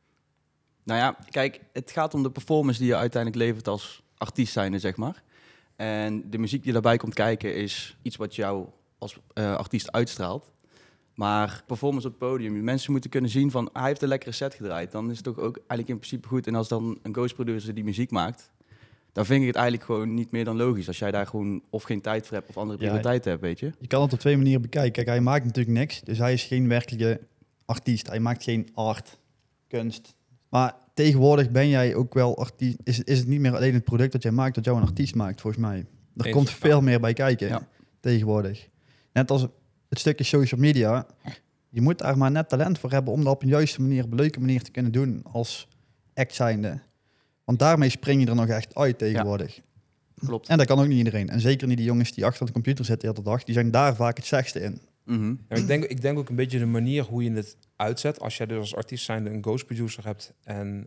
Nou ja, kijk, het gaat om de performance die je uiteindelijk levert als artiest zijnde, zeg maar. En de muziek die daarbij komt kijken is iets wat jou als artiest uitstraalt. Maar performance op het podium, mensen moeten kunnen zien van hij heeft een lekkere set gedraaid. Dan is het toch ook eigenlijk in principe goed. En als dan een ghost producer die muziek maakt, dan vind ik het eigenlijk gewoon niet meer dan logisch. Als jij daar gewoon of geen tijd voor hebt of andere prioriteiten hebt, weet je. Je kan het op twee manieren bekijken. Kijk, hij maakt natuurlijk niks. Dus hij is geen werkelijke artiest. Hij maakt geen art, kunst. Maar tegenwoordig ben jij ook wel artiest. Is het niet meer alleen het product dat jij maakt, dat jou een artiest maakt, volgens mij. Er Eens. komt veel meer bij kijken Ja. tegenwoordig. Net als het stukje social media. Je moet daar maar net talent voor hebben om dat op een juiste manier, op een leuke manier te kunnen doen als act zijnde. Want daarmee spring je er nog echt uit tegenwoordig. Klopt. En dat kan ook niet iedereen. En zeker niet die jongens die achter de computer zitten de hele dag. Die zijn daar vaak het slechtste in. Mhm. Ja, ik denk ook een beetje de manier hoe je het uitzet. Als jij dus als artiest zijnde een ghost producer hebt en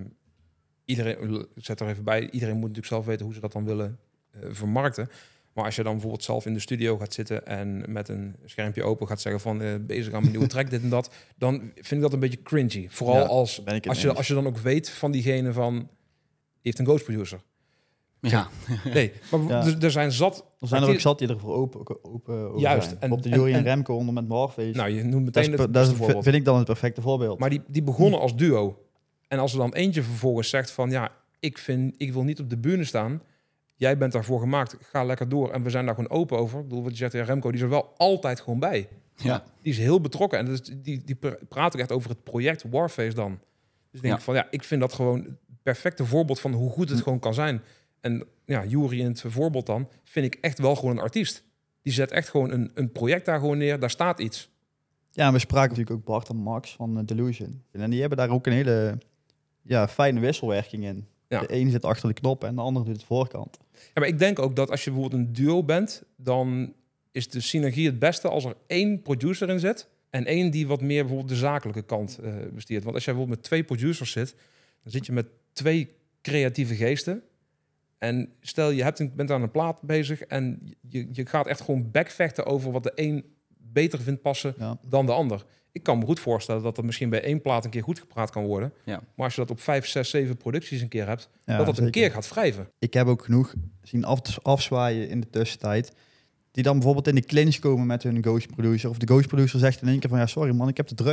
iedereen, ik zet er even bij, iedereen moet natuurlijk zelf weten hoe ze dat dan willen vermarkten. Maar als je dan bijvoorbeeld zelf in de studio gaat zitten en met een schermpje open gaat zeggen van bezig aan mijn nieuwe track, dit en dat, dan vind ik dat een beetje cringy. Vooral Ja, als eens. je dan ook weet van diegene van, die heeft een ghost producer. Ja. Nee, maar Ja. er zijn zat... Er zijn er ook zat die ervoor open over Juist. zijn. En- Op de en- Jori en en- Remco onder met Warface. Nou, je noemt dat meteen is, het dat beste is, voorbeeld. vind ik dan het perfecte voorbeeld. Maar die begonnen als duo. En als er dan eentje vervolgens zegt van... ja, ik wil niet op de bühne staan. Jij bent daarvoor gemaakt. Ga lekker door. En we zijn daar gewoon open over. Ik bedoel, wat je zegt, ja, Remco, die is er wel altijd gewoon bij. Ja. Die is heel betrokken. En dus die praat ook echt over het project Warface dan. Dus ik denk van, ja, ik vind dat gewoon het perfecte voorbeeld van hoe goed het gewoon kan zijn. En ja, Juri in het voorbeeld dan, vind ik echt wel gewoon een artiest. Die zet echt gewoon een project daar gewoon neer. Daar staat iets. Ja, en we spraken natuurlijk ook Bart en Max van Delusion. En die hebben daar ook een hele fijne wisselwerking in. Ja. De een zit achter de knop en de ander doet de voorkant. Ja, maar ik denk ook dat als je bijvoorbeeld een duo bent, dan is de synergie het beste als er één producer in zit en één die wat meer bijvoorbeeld de zakelijke kant bestiert. Want als jij bijvoorbeeld met twee producers zit, dan zit je met twee creatieve geesten. En stel, bent aan een plaat bezig en je gaat echt gewoon backvechten over wat de een beter vindt passen dan de ander. Ik kan me goed voorstellen dat er misschien bij één plaat een keer goed gepraat kan worden. Ja. Maar als je dat op 5, 6, 7 producties een keer hebt, Ja, dat een zeker. keer gaat wrijven. Ik heb ook genoeg zien afzwaaien in de tussentijd. Die dan bijvoorbeeld in de clinch komen met hun ghost producer. Of de ghost producer zegt in één keer van, ja, sorry man, ik heb te druk.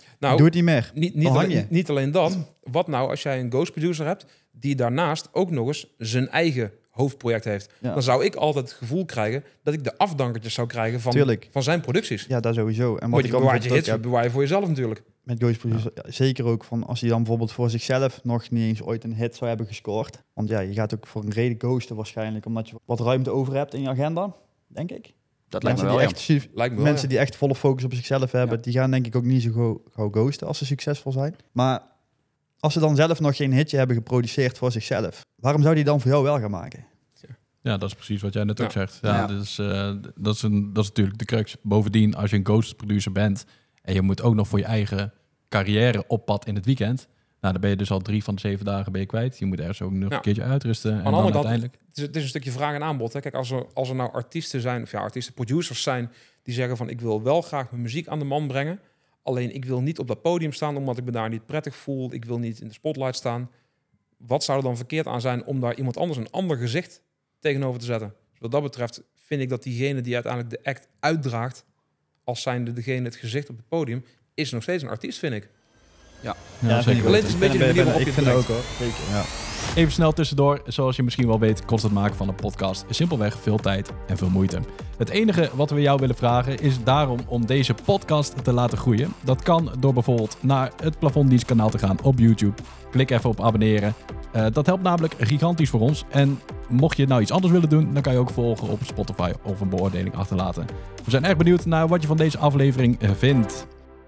Nou, Doe het niet meer. Niet Dan hang je. niet alleen dat. Wat nou als jij een ghost producer hebt die daarnaast ook nog eens zijn eigen hoofdproject heeft? Ja. Dan zou ik altijd het gevoel krijgen dat ik de afdankertjes zou krijgen Tuurlijk. van zijn producties. Ja, dat sowieso. En wat Want ik je ook bewaart je bijvoorbeeld hits, ook bewaar je voor jezelf natuurlijk. heb met Ghost Producer, zeker ook van als hij dan bijvoorbeeld voor zichzelf nog niet eens ooit een hit zou hebben gescoord. Want ja, je gaat ook voor een reden ghosten waarschijnlijk, omdat je wat ruimte over hebt in je agenda, denk ik. Dat lijkt me Mensen wel, die ja. echt Lijkt me wel, mensen die echt volle focus op zichzelf hebben, Ja. die gaan denk ik ook niet zo gauw ghosten als ze succesvol zijn. Maar als ze dan zelf nog geen hitje hebben geproduceerd voor zichzelf, waarom zou die dan voor jou wel gaan maken? Ja, dat is precies wat jij net ook Ja. zegt. Ja, Ja. Dus, dat is natuurlijk de crux. Bovendien, als je een ghost producer bent en je moet ook nog voor je eigen carrière op pad in het weekend, nou, dan ben je dus al 3 van de 7 dagen ben je kwijt. Je moet ergens ook nog Ja. een keertje uitrusten. En de dan andere kant, uiteindelijk... Het is een stukje vraag en aanbod. Hè. Kijk, als er nou artiesten zijn, of ja, artiesten-producers zijn, die zeggen van ik wil wel graag mijn muziek aan de man brengen. Alleen ik wil niet op dat podium staan omdat ik me daar niet prettig voel. Ik wil niet in de spotlight staan. Wat zou er dan verkeerd aan zijn om daar iemand anders een ander gezicht tegenover te zetten? Dus wat dat betreft vind ik dat diegene die uiteindelijk de act uitdraagt, als zijnde degene het gezicht op het podium, is nog steeds een artiest, vind ik. Ja, vind zeker. ik Alleen ook. het is een beetje de manier waarop je ik het vind het ook brengt. hoor. Zeker. Ja. Even snel tussendoor. Zoals je misschien wel weet, kost het maken van een podcast simpelweg veel tijd en veel moeite. Het enige wat we jou willen vragen is daarom om deze podcast te laten groeien. Dat kan door bijvoorbeeld naar het Plafonddienstkanaal te gaan op YouTube. Klik even op abonneren. Dat helpt namelijk gigantisch voor ons. En mocht je nou iets anders willen doen, dan kan je ook volgen op Spotify of een beoordeling achterlaten. We zijn erg benieuwd naar wat je van deze aflevering vindt.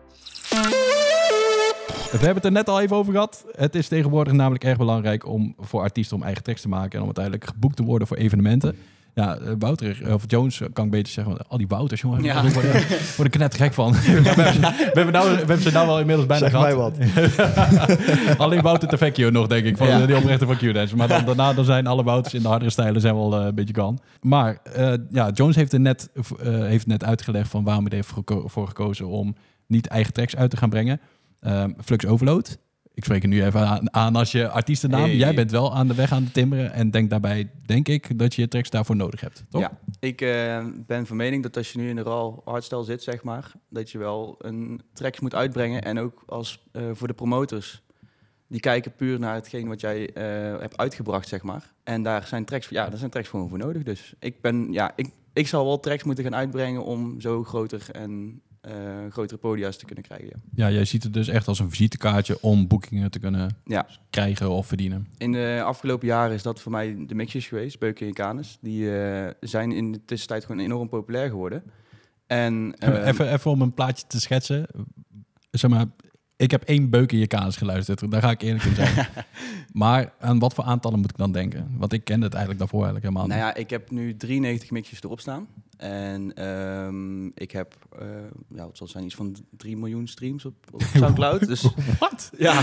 We hebben het er net al even over gehad. Het is tegenwoordig namelijk erg belangrijk voor artiesten om eigen tracks te maken en om uiteindelijk geboekt te worden voor evenementen. Ja, Wouter, of Jones kan ik beter zeggen. Want al die Wouters, jongen. Ja. Ik word er knettergek van. we hebben ze nou wel inmiddels bijna Zeg gehad. mij wat. Alleen Wouter Tefecchio nog, denk ik. Van Ja. die oprichter van Q-Dance. Maar daarna dan zijn alle Wouters in de hardere stijlen zijn wel een beetje gone. Maar Jones heeft net uitgelegd van waarom hij heeft voor gekozen om niet eigen tracks uit te gaan brengen. Flux Overload. Ik spreek er nu even aan als je artiestennaam. Hey. Jij bent wel aan de weg aan het timmeren. En denk ik, dat je tracks daarvoor nodig hebt. Toch? Ja, ik ben van mening dat als je nu in de raw hardstyle zit, zeg maar, dat je wel een tracks moet uitbrengen. En ook als voor de promoters, die kijken puur naar hetgeen wat jij hebt uitgebracht, zeg maar. En daar zijn tracks gewoon voor nodig. Dus ik zal wel tracks moeten gaan uitbrengen om zo groter en grotere podia's te kunnen krijgen. Ja. Ja, jij ziet het dus echt als een visitekaartje om boekingen te kunnen Ja. krijgen of verdienen. In de afgelopen jaren is dat voor mij de mixjes geweest, Beuken en Canis. Die zijn in de tussentijd gewoon enorm populair geworden. En, Even om een plaatje te schetsen. Zeg maar, ik heb 1 beuk in je kaas geluisterd. Daar ga ik eerlijk in zijn. Maar aan wat voor aantallen moet ik dan denken? Want ik kende het eigenlijk daarvoor eigenlijk helemaal Nou niet. ja, ik heb nu 93 mixjes erop staan. En ik heb, wat zal het zijn, iets van 3 miljoen streams op Soundcloud. Dus Wat? ja,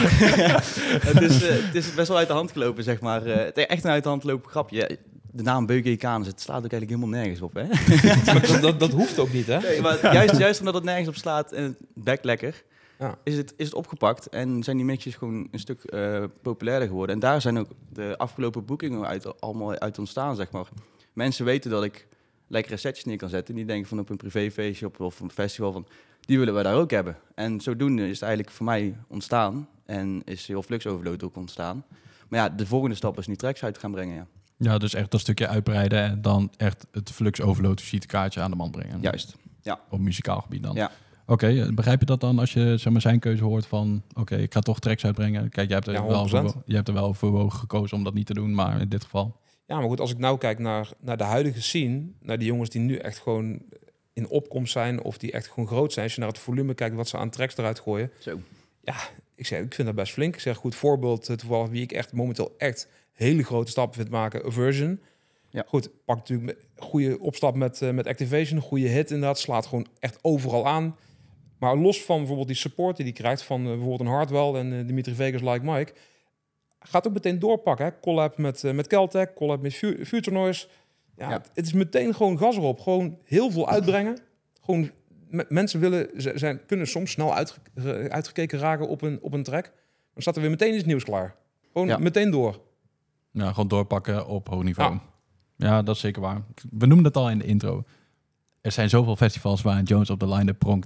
het is best wel uit de hand gelopen, zeg maar. Het is echt een uit de hand gelopen grapje. De naam Beuken Canis, het slaat ook eigenlijk helemaal nergens op, hè? Maar dat hoeft ook niet, hè? Nee, maar juist omdat het nergens op slaat en het bekt lekker, Ja. is het opgepakt en zijn die mixjes gewoon een stuk populairder geworden. En daar zijn ook de afgelopen boekingen allemaal uit ontstaan, zeg maar. Mensen weten dat ik lekkere setjes neer kan zetten. Die denken van op een privéfeestje of een festival van, die willen we daar ook hebben. En zodoende is het eigenlijk voor mij ontstaan en is heel Flux Overload ook ontstaan. Maar ja, de volgende stap is nu tracks uit gaan brengen, ja. Ja, dus echt dat stukje uitbreiden en dan echt het Flux Overload visitekaartje aan de man brengen. Juist. Op muzikaal gebied dan. Ja. Oké, begrijp je dat dan als je zeg maar, zijn keuze hoort van... Oké, ik ga toch tracks uitbrengen. Kijk, jij hebt er, Ja, je hebt er wel voor gekozen om dat niet te doen, maar in dit geval... Ja, maar goed, als ik nou kijk naar de huidige scene, naar die jongens die nu echt gewoon in opkomst zijn of die echt gewoon groot zijn. Als je naar het volume kijkt wat ze aan tracks eruit gooien. Zo. Ja, ik vind dat best flink. Ik zeg goed voorbeeld, toevallig wie ik echt momenteel echt hele grote stappen vind maken, Aversion. Ja. Goed, pak natuurlijk een goede opstap met Activation, een goede hit inderdaad, slaat gewoon echt overal aan. Maar los van bijvoorbeeld die support die krijgt van bijvoorbeeld een Hardwell en Dimitri Vegas Like Mike, gaat ook meteen doorpakken. Hè? Collab met Keltec, collab met Future Noise. Ja. Het is meteen gewoon gas erop. Gewoon heel veel uitbrengen. Gewoon mensen kunnen soms snel uitgekeken raken op een track. Dan staat er weer meteen iets nieuws klaar. Gewoon meteen door. Ja, gewoon doorpakken op hoog niveau. Ja, dat is zeker waar. We noemden het al in de intro. Er zijn zoveel festivals waar Jones op de line-up pronkt.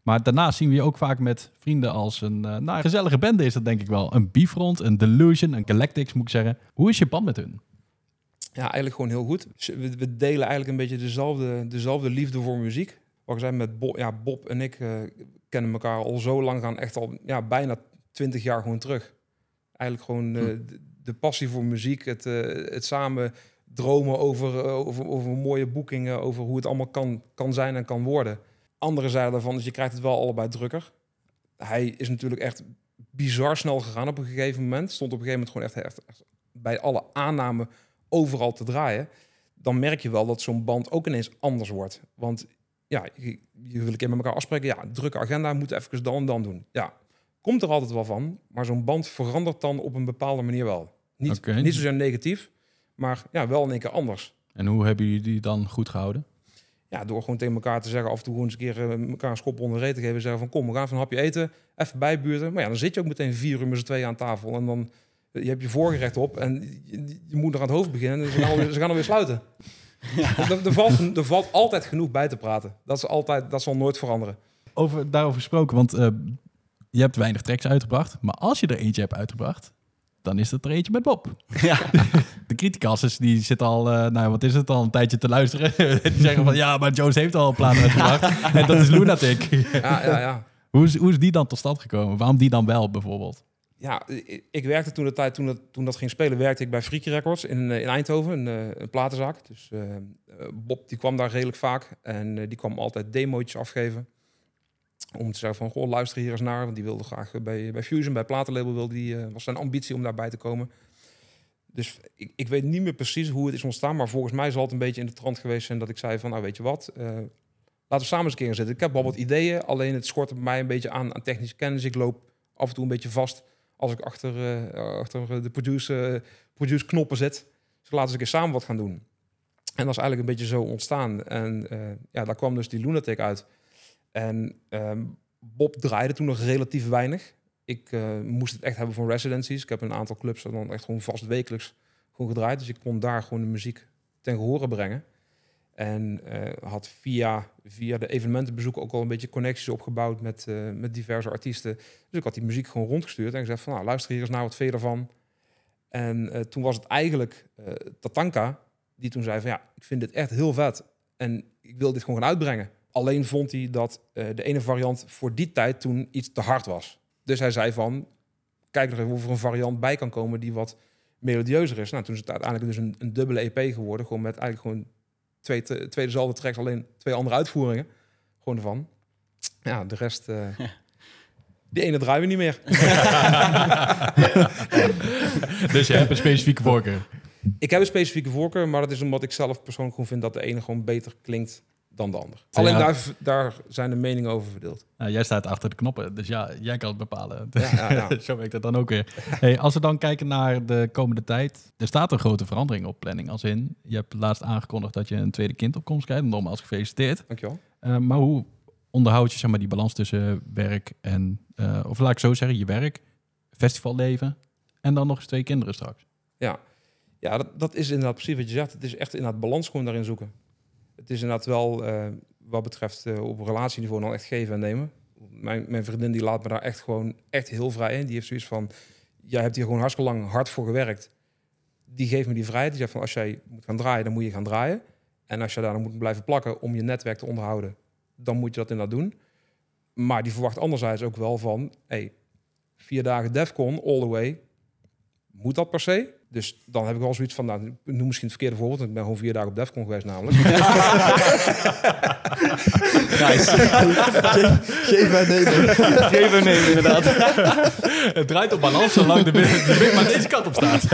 Maar daarnaast zien we je ook vaak met vrienden als een gezellige bende is dat denk ik wel. Een Bifront, een Delusion, een Galactics moet ik zeggen. Hoe is je band met hun? Ja, eigenlijk gewoon heel goed. We delen eigenlijk een beetje dezelfde liefde voor muziek. Wat ik zei met Bob, Bob en ik kennen elkaar al zo lang, gaan echt al bijna 20 jaar gewoon terug. Eigenlijk gewoon de passie voor muziek, het samen dromen over mooie boekingen, over hoe het allemaal kan zijn en kan worden. Andere zijde daarvan is, je krijgt het wel allebei drukker. Hij is natuurlijk echt bizar snel gegaan op een gegeven moment. Stond op een gegeven moment gewoon echt bij alle aannamen overal te draaien. Dan merk je wel dat zo'n band ook ineens anders wordt. Want ja, je wil een keer met elkaar afspreken. Ja, drukke agenda, moet even dan en dan doen. Ja, komt er altijd wel van. Maar zo'n band verandert dan op een bepaalde manier wel. Niet zozeer negatief, maar ja, wel in één keer anders. En hoe hebben jullie die dan goed gehouden? Ja, door gewoon tegen elkaar te zeggen, af en toe gewoon eens een keer elkaar een schop onder de reet te geven. Zeggen van, kom, we gaan even een hapje eten, even bijbuurten. Maar ja, dan zit je ook meteen 4 uur met z'n tweeën aan tafel. En dan je hebt je voorgerecht op en je moet er aan het hoofd beginnen. En ze gaan alweer sluiten. Ja. Er valt altijd genoeg bij te praten. Dat zal nooit veranderen. Daarover gesproken, want je hebt weinig tracks uitgebracht. Maar als je er eentje hebt uitgebracht, dan is het er eentje met Bob. Ja. De criticasters, die zitten al, een tijdje te luisteren. Die zeggen van, ja, maar Jones heeft al een plan uitgebracht. En dat is Lunatic. Ja. Hoe is die dan tot stand gekomen? Waarom die dan wel, bijvoorbeeld? Ja, ik werkte toen dat ging spelen, werkte ik bij Freaky Records in Eindhoven, een platenzaak. Dus Bob die kwam daar redelijk vaak en die kwam altijd demootjes afgeven. Om te zeggen van, goh, luister hier eens naar. Want die wilde graag bij Fusion, bij platenlabel, was zijn ambitie om daarbij te komen. Dus ik weet niet meer precies hoe het is ontstaan, maar volgens mij zal het een beetje in de trant geweest zijn dat ik zei van, nou weet je wat, laten we samen eens een keer zitten. Ik heb wel wat ideeën, alleen het schort bij mij een beetje aan technische kennis. Ik loop af en toe een beetje vast als ik achter de produce knoppen zit. Dus laten we eens een keer samen wat gaan doen. En dat is eigenlijk een beetje zo ontstaan. En daar kwam dus die Lunatic uit. En Bob draaide toen nog relatief weinig. Ik moest het echt hebben van residencies. Ik heb een aantal clubs dan echt gewoon vast wekelijks gewoon gedraaid. Dus ik kon daar gewoon de muziek ten gehore brengen. En had via de evenementenbezoeken ook al een beetje connecties opgebouwd met diverse artiesten. Dus ik had die muziek gewoon rondgestuurd en gezegd van, nou, luister hier eens naar, wat vind je ervan? En toen was het eigenlijk Tatanka die toen zei van, ja, ik vind dit echt heel vet. En ik wil dit gewoon gaan uitbrengen. Alleen vond hij dat de ene variant voor die tijd toen iets te hard was. Dus hij zei van, kijk nog even of er een variant bij kan komen die wat melodieuzer is. Nou, toen is het uiteindelijk dus een dubbele EP geworden. Gewoon met eigenlijk gewoon twee dezelfde tracks, alleen 2 andere uitvoeringen. Gewoon ervan. Ja, de rest... Die ene draaien we niet meer. Dus je hebt een specifieke voorkeur? Ik heb een specifieke voorkeur, maar dat is omdat ik zelf persoonlijk gewoon vind dat de ene gewoon beter klinkt dan de ander. Alleen daar zijn de meningen over verdeeld. Nou, jij staat achter de knoppen, dus ja, jij kan het bepalen. Ja. Zo werkt het dan ook weer. Hey, als we dan kijken naar de komende tijd, er staat een grote verandering op planning. Als in, je hebt laatst aangekondigd dat je een tweede kind op komst krijgt. Nogmaals gefeliciteerd. Dankjewel. Maar hoe onderhoud je, zeg maar, die balans tussen werk en, of laat ik zo zeggen, je werk, festivalleven en dan nog eens 2 kinderen straks? Ja, dat is inderdaad precies wat je zegt. Het is echt inderdaad balans gewoon daarin zoeken. Het is inderdaad wel, wat betreft op relatieniveau, dan echt geven en nemen. Mijn vriendin die laat me daar echt heel vrij in. Die heeft zoiets van, jij hebt hier gewoon hartstikke lang hard voor gewerkt. Die geeft me die vrijheid. Die zegt van, als jij moet gaan draaien, dan moet je gaan draaien. En als je daar dan moet blijven plakken om je netwerk te onderhouden, dan moet je dat inderdaad doen. Maar die verwacht anderzijds ook wel van, 4 dagen Defcon, all the way. Moet dat per se? Dus dan heb ik wel zoiets van, nou, ik noem misschien het verkeerde voorbeeld. Ik ben gewoon 4 dagen op Defcon geweest namelijk. Nice. Geven en nemen, inderdaad. Het draait op balans zolang de wind maar deze kant op staat.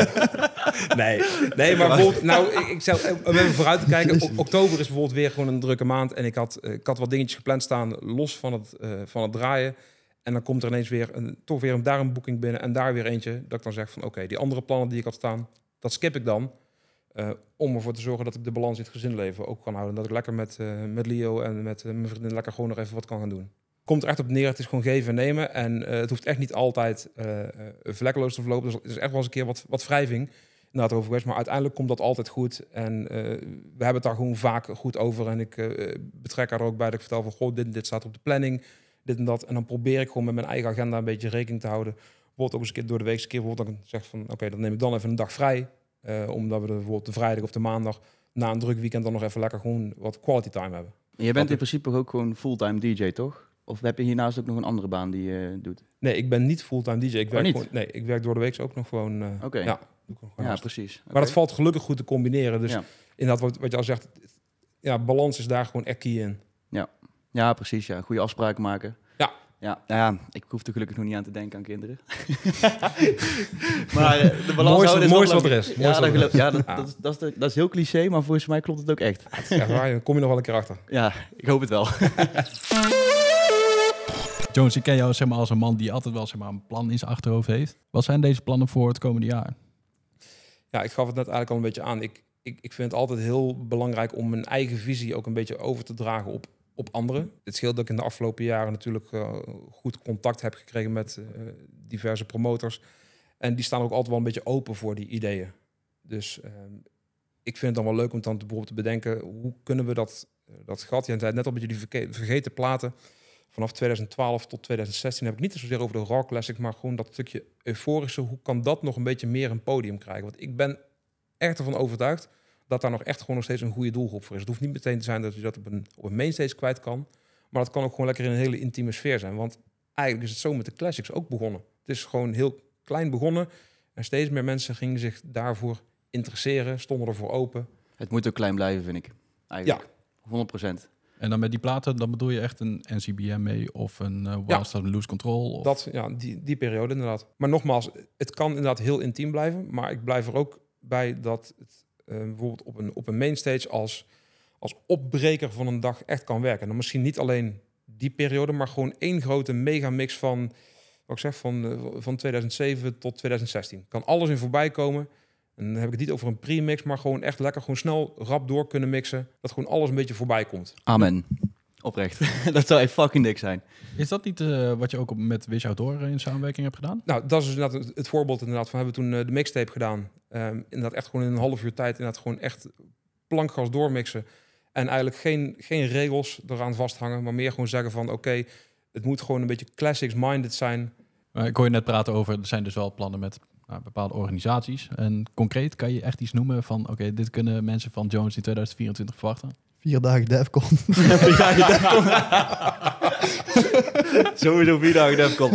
Nee, maar bijvoorbeeld, nou, ik zou om even vooruit te kijken. Oktober is bijvoorbeeld weer gewoon een drukke maand. En ik had wat dingetjes gepland staan, los van het draaien. En dan komt er ineens weer daar een boeking binnen en daar weer eentje. Dat ik dan zeg van oké, die andere plannen die ik had staan, dat skip ik dan. Om ervoor te zorgen dat ik de balans in het gezinleven ook kan houden. Dat ik lekker met Leo en met mijn vriendin lekker gewoon nog even wat kan gaan doen. Komt er echt op neer, het is gewoon geven en nemen. En het hoeft echt niet altijd vlekkeloos te verlopen. Dus het is echt wel eens een keer wat wrijving. inderdaad over geweest. Maar uiteindelijk komt dat altijd goed. En we hebben het daar gewoon vaak goed over. En ik betrek haar er ook bij dat ik vertel van... Goh, dit staat op de planning, dit en dat. En dan probeer ik gewoon met mijn eigen agenda een beetje rekening te houden. Bijvoorbeeld ook eens een keer door de week... bijvoorbeeld dan zeg van, oké, dan neem ik dan even een dag vrij. Omdat we bijvoorbeeld de vrijdag of de maandag... na een druk weekend dan nog even lekker gewoon wat quality time hebben. Je bent in principe ook gewoon fulltime DJ, toch? Of heb je hiernaast ook nog een andere baan die je doet? Nee, ik ben niet fulltime DJ. Ik werk niet? gewoon, nee, ik werk door de week ook nog gewoon... Oké. Ja, doe ik nog gewoon Ja, naast. precies. Maar dat valt gelukkig goed te combineren. Dus Ja. inderdaad, wat je al zegt... Ja, balans is daar gewoon echt key in. Ja, precies. Ja. Goede afspraken maken. Ja. Ja, nou ja, ik hoef er gelukkig nog niet aan te denken aan kinderen. Maar de balans Mooiste- houden is mooiste nog wat er lang- is. Ja, Mooiste dat, wat er geloof- ja, dat is heel cliché, maar volgens mij klopt het ook echt. Het is echt waar, daar kom je nog wel een keer achter. Ja, ik hoop het wel. Jones, ik ken jou zeg maar, als een man die altijd wel zeg maar, een plan in zijn achterhoofd heeft. Wat zijn deze plannen voor het komende jaar? Ja, ik gaf het net eigenlijk al een beetje aan. Ik vind het altijd heel belangrijk om mijn eigen visie ook een beetje over te dragen op anderen. Het scheelt dat ik in de afgelopen jaren natuurlijk goed contact heb gekregen met diverse promotors. En die staan ook altijd wel een beetje open voor die ideeën. Dus ik vind het dan wel leuk om dan bijvoorbeeld te bedenken... hoe kunnen we dat gat... Je zei net al een beetje die vergeten platen... Vanaf 2012 tot 2016 heb ik niet zozeer over de Raw Classic... maar gewoon dat stukje euforische. Hoe kan dat nog een beetje meer een podium krijgen? Want ik ben echt ervan overtuigd... dat daar nog echt gewoon nog steeds een goede doelgroep voor is. Het hoeft niet meteen te zijn dat je dat op een mainstage kwijt kan... maar dat kan ook gewoon lekker in een hele intieme sfeer zijn. Want eigenlijk is het zo met de classics ook begonnen. Het is gewoon heel klein begonnen... en steeds meer mensen gingen zich daarvoor interesseren... stonden ervoor open. Het moet ook klein blijven, vind ik. Eigenlijk. 100%. En dan met die platen, dan bedoel je echt een NCBM mee of een Wild Loose Control? Of... Dat, ja, die periode inderdaad. Maar nogmaals, het kan inderdaad heel intiem blijven. Maar ik blijf er ook bij dat het bijvoorbeeld op een mainstage als opbreker van een dag echt kan werken. En dan misschien niet alleen die periode, maar gewoon één grote megamix van, wat ik zeg, van 2007 tot 2016. Kan alles in voorbij komen. En dan heb ik het niet over een pre-mix, maar gewoon echt lekker gewoon snel rap door kunnen mixen. Dat gewoon alles een beetje voorbij komt. Amen. Oprecht. Dat zou echt fucking dik zijn. Is dat niet wat je ook met Wish Outdoor in samenwerking hebt gedaan? Nou, dat is inderdaad het voorbeeld inderdaad van. Hebben we toen de mixtape gedaan. Inderdaad echt gewoon in een half uur tijd inderdaad gewoon echt plankgas doormixen. En eigenlijk geen regels eraan vasthangen, maar meer gewoon zeggen van oké, het moet gewoon een beetje classics-minded zijn. Ik hoor je net praten over, er zijn dus wel plannen met bepaalde organisaties. En concreet, kan je echt iets noemen van oké, dit kunnen mensen van Jones in 2024 verwachten? 4 dagen Defcon. Sowieso 4 dagen Defcon.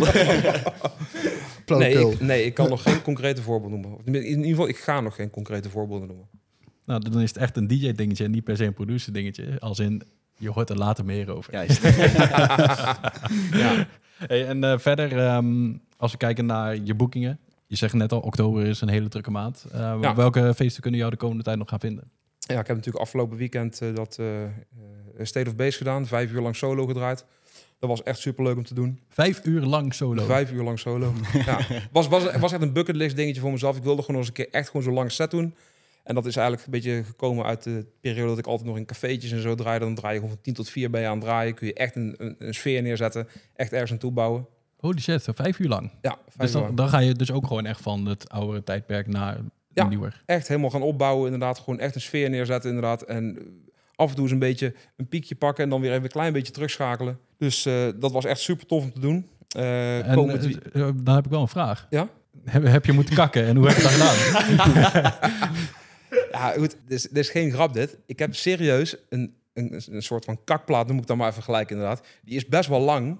Nee, ik kan nog geen concrete voorbeelden noemen. In ieder geval, ik ga nog geen concrete voorbeelden noemen. Nou, dan is het echt een DJ-dingetje en niet per se een producer-dingetje. Als in, je hoort er later meer over. Juist. Ja. Hey, en verder, als we kijken naar je boekingen. Je zegt net al, oktober is een hele drukke maand. Welke feesten kunnen jou de komende tijd nog gaan vinden? Ja, ik heb natuurlijk afgelopen weekend dat State of Bass gedaan. 5 uur lang solo gedraaid. Dat was echt superleuk om te doen. 5 uur lang solo? 5 uur lang solo. Ja. Was echt een bucketlist dingetje voor mezelf. Ik wilde gewoon nog eens een keer echt gewoon zo lang set doen. En dat is eigenlijk een beetje gekomen uit de periode dat ik altijd nog in cafeetjes en zo draaide. Dan draai je gewoon van 10 tot 4 ben je aan het draaien. Kun je echt een sfeer neerzetten. Echt ergens aan toebouwen. Holy shit, zo 5 uur lang? Ja, 5 dus uur lang. dan ga je dus ook gewoon echt van het oudere tijdperk naar nieuwer. Echt helemaal gaan opbouwen inderdaad. Gewoon echt een sfeer neerzetten inderdaad. En af en toe eens een beetje een piekje pakken en dan weer even een klein beetje terugschakelen. Dus dat was echt super tof om te doen. Dan heb ik wel een vraag. Ja? Heb je moeten kakken en hoe heb je dat gedaan? Ja, goed. Dit is geen grap dit. Ik heb serieus een soort van kakplaat, noem ik dan maar even gelijk inderdaad. Die is best wel lang.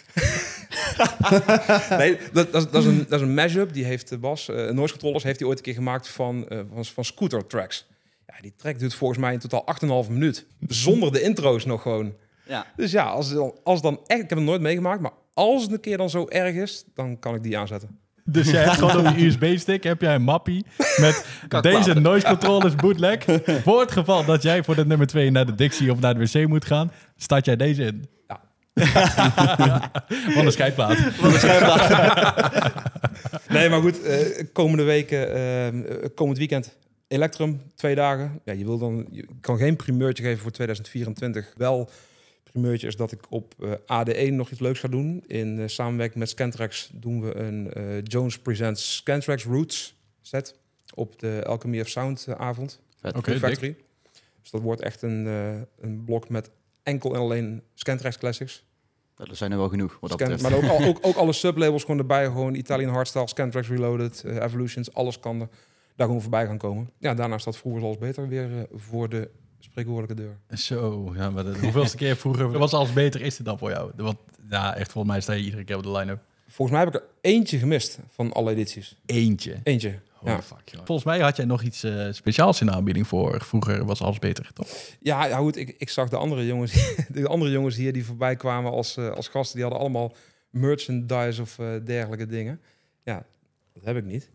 Nee, dat is een mashup. Die heeft Bas, Noise Controllers, heeft hij ooit een keer gemaakt van Scooter Tracks. Ja, die track duurt volgens mij in totaal 8,5 minuut. Zonder de intro's nog gewoon. Ja. Dus ja, als dan echt, ik heb het nooit meegemaakt, maar als het een keer dan zo erg is, dan kan ik die aanzetten. Dus jij hebt gewoon op je USB-stick heb jij een mappie met deze Noise Controllers bootleg. Voor het geval dat jij voor de nummer 2 naar de Dixie of naar de wc moet gaan, start jij deze in. Ja. Wat een scheidplaat. Nee, maar goed, komende weken, komend weekend, Electrum, 2 dagen. Ja, je kan geen primeurtje geven voor 2024. Wel primeurtje is dat ik op AD1 nog iets leuks ga doen. In samenwerking met Scantrax doen we een Jones Presents Scantrax Roots set. op de Alchemy of Sound avond. Vet. Oké, Factory. Dus dat wordt echt een blok met enkel en alleen Scantraxx classics. Dat zijn er wel genoeg, wat dat betreft. Maar ook alle sublabels gewoon erbij. Gewoon Italian Hardstyle, Scantraxx Reloaded, Evolutions. Alles kan er daar gewoon voorbij gaan komen. Ja, daarna staat Vroeger Zoals Beter weer voor de spreekwoordelijke deur. Zo, ja, maar de hoeveelste keer vroeger was alles beter is dit dan voor jou? Want ja, echt volgens mij sta je iedere keer op de line-up. Volgens mij heb ik er eentje gemist van alle edities. Eentje. Eentje. Holy fuck, joh. Volgens mij had jij nog iets speciaals in de aanbieding voor vroeger was alles beter, toch? Ja, goed, ik zag de andere jongens, de andere jongens hier die voorbij kwamen als gasten, die hadden allemaal merchandise of dergelijke dingen. Ja, dat heb ik niet.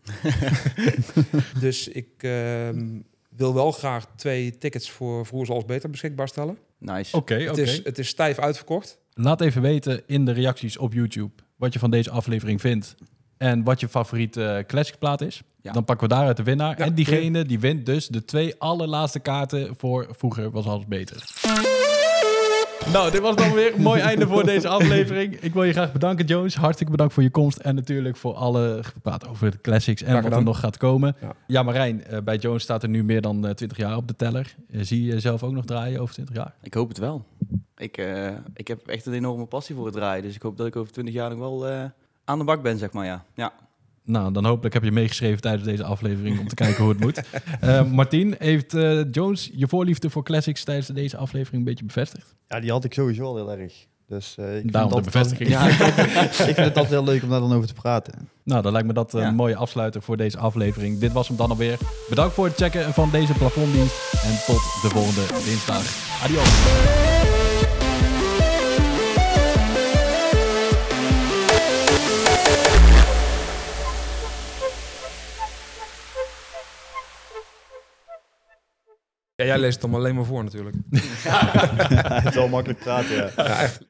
Dus ik wil wel graag 2 tickets voor Vroeger Zoals Beter beschikbaar stellen. Nice. Oké. Het is stijf uitverkocht. Laat even weten in de reacties op YouTube wat je van deze aflevering vindt. En wat je favoriete classic plaat is. Ja. Dan pakken we daaruit de winnaar. Ja, en diegene die wint dus de 2 allerlaatste kaarten voor Vroeger was alles beter. Nou, dit was dan weer een mooi einde voor deze aflevering. Ik wil je graag bedanken, Jones. Hartstikke bedankt voor je komst. En natuurlijk voor alle gepraat over de classics en Graag wat er gedaan. nog gaat komen. Ja. Ja, Marijn, bij Jones staat er nu meer dan 20 jaar op de teller. Zie je jezelf ook nog draaien over 20 jaar? Ik hoop het wel. Ik heb echt een enorme passie voor het draaien. Dus ik hoop dat ik over 20 jaar nog wel aan de bak ben, zeg maar, ja. Nou, dan hopelijk heb je meegeschreven tijdens deze aflevering om te kijken hoe het moet. Martien, heeft Jones je voorliefde voor classics tijdens deze aflevering een beetje bevestigd? Ja, die had ik sowieso al heel erg. Dus ik Daarom vind de dat bevestiging. Ja, ik vind het altijd heel leuk om daar dan over te praten. Nou, dan lijkt me dat een Ja. mooie afsluiter voor deze aflevering. Dit was hem dan alweer. Bedankt voor het checken van deze plafonddienst. En tot de volgende dinsdag. Adios. Ja, jij leest het allemaal alleen maar voor natuurlijk. Het is wel makkelijk praten, ja. Ja, echt.